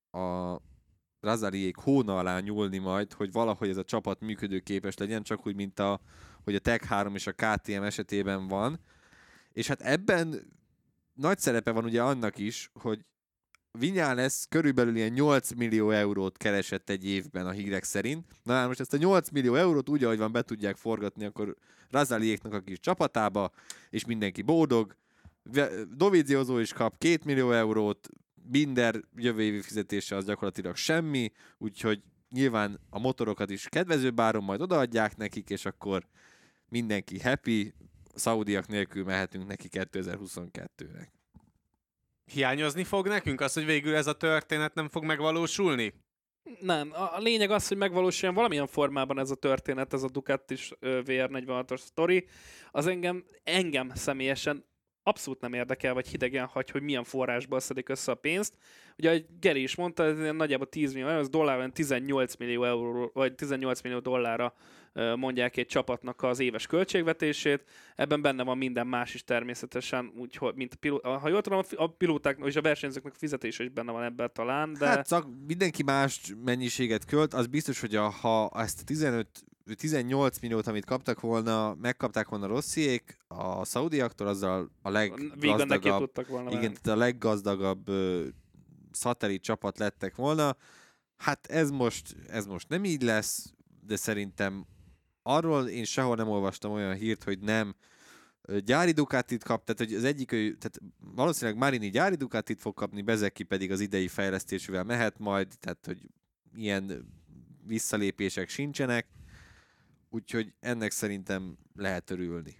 a Razaliék hóna alá nyúlni majd, hogy valahogy ez a csapat működőképes legyen, csak úgy, mint a, hogy a Tech három és a ká té em esetében van. És hát ebben nagy szerepe van ugye annak is, hogy Viñales körülbelül ilyen nyolc millió eurót keresett egy évben a hírek szerint. Na hát most ezt a nyolc millió eurót úgy, ahogy van, be tudják forgatni akkor Razaliéknak a kis csapatába, és mindenki boldog. Dovizioso is kap két millió eurót, Binder jövő évi fizetése az gyakorlatilag semmi, úgyhogy nyilván a motorokat is kedvezőbb áron majd odaadják nekik, és akkor mindenki happy, szaudiak nélkül mehetünk neki kétezer-huszonkettőnek. Hiányozni fog nekünk az, hogy végül ez a történet nem fog megvalósulni? Nem, a lényeg az, hogy megvalósuljon valamilyen formában ez a történet, ez a Ducatis vé er negyvenhatos sztori. Az engem, engem személyesen abszolút nem érdekel, vagy hidegen hagy, hogy milyen forrásból szedik össze a pénzt. Ugye, ahogy Geri is mondta, ez nagyjából tíz millió euró, az dollárban tizennyolc millió euró, vagy tizennyolc millió dollárra mondják egy csapatnak az éves költségvetését. Ebben benne van minden más is természetesen, úgyhogy, mint a piló- ha jól tudom, a pilótáknak és a versenyzőknek fizetése is benne van ebben talán, de... Hát csak mindenki más mennyiséget költ, az biztos, hogy a, ha ezt a tizenöt tizennyolc milliót, amit kaptak volna, megkapták volna Rossiék a szaudiaktól, azzal a leggazdagabb, igen, a leggazdagabb uh, szatellit csapat lettek volna. Hát ez most, ez most nem így lesz, de szerintem arról én sehol nem olvastam olyan hírt, hogy nem gyári Ducatit kap, tehát hogy az egyik, tehát valószínűleg Marini gyári Ducatit fog kapni, Bezeki pedig az idei fejlesztésével mehet majd, tehát hogy ilyen visszalépések sincsenek. Úgyhogy ennek szerintem lehet örülni.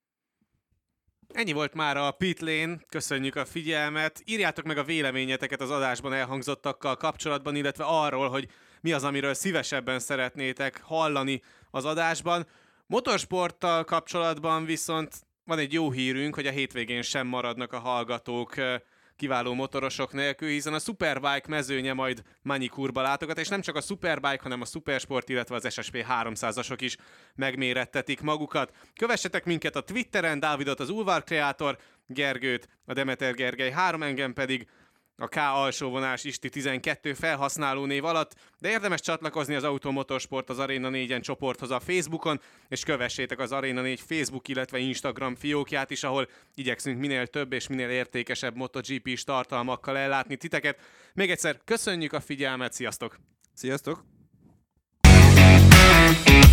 Ennyi volt már a Pit Lane, köszönjük a figyelmet. Írjátok meg a véleményeteket az adásban elhangzottakkal kapcsolatban, illetve arról, hogy mi az, amiről szívesebben szeretnétek hallani az adásban. Motorsporttal kapcsolatban viszont van egy jó hírünk, hogy a hétvégén sem maradnak a hallgatók kiváló motorosok nélkül, hiszen a Superbike mezőnye majd Manikurba látogat, és nem csak a Superbike, hanem a Supersport, illetve az es es pé háromszázasok is megmérettetik magukat. Kövessetek minket a Twitteren, Dávidot az Ulvar Kreator, Gergőt a Demeter Gergely három, engem pedig a K alsóvonás Isti tizenkettő felhasználó név alatt, de érdemes csatlakozni az Automotorsport az Arena négyen csoporthoz a Facebookon, és kövessétek az Arena négy Facebook, illetve Instagram fiókját is, ahol igyekszünk minél több és minél értékesebb MotoGP-s tartalmakkal ellátni titeket. Még egyszer köszönjük a figyelmet, sziasztok! Sziasztok!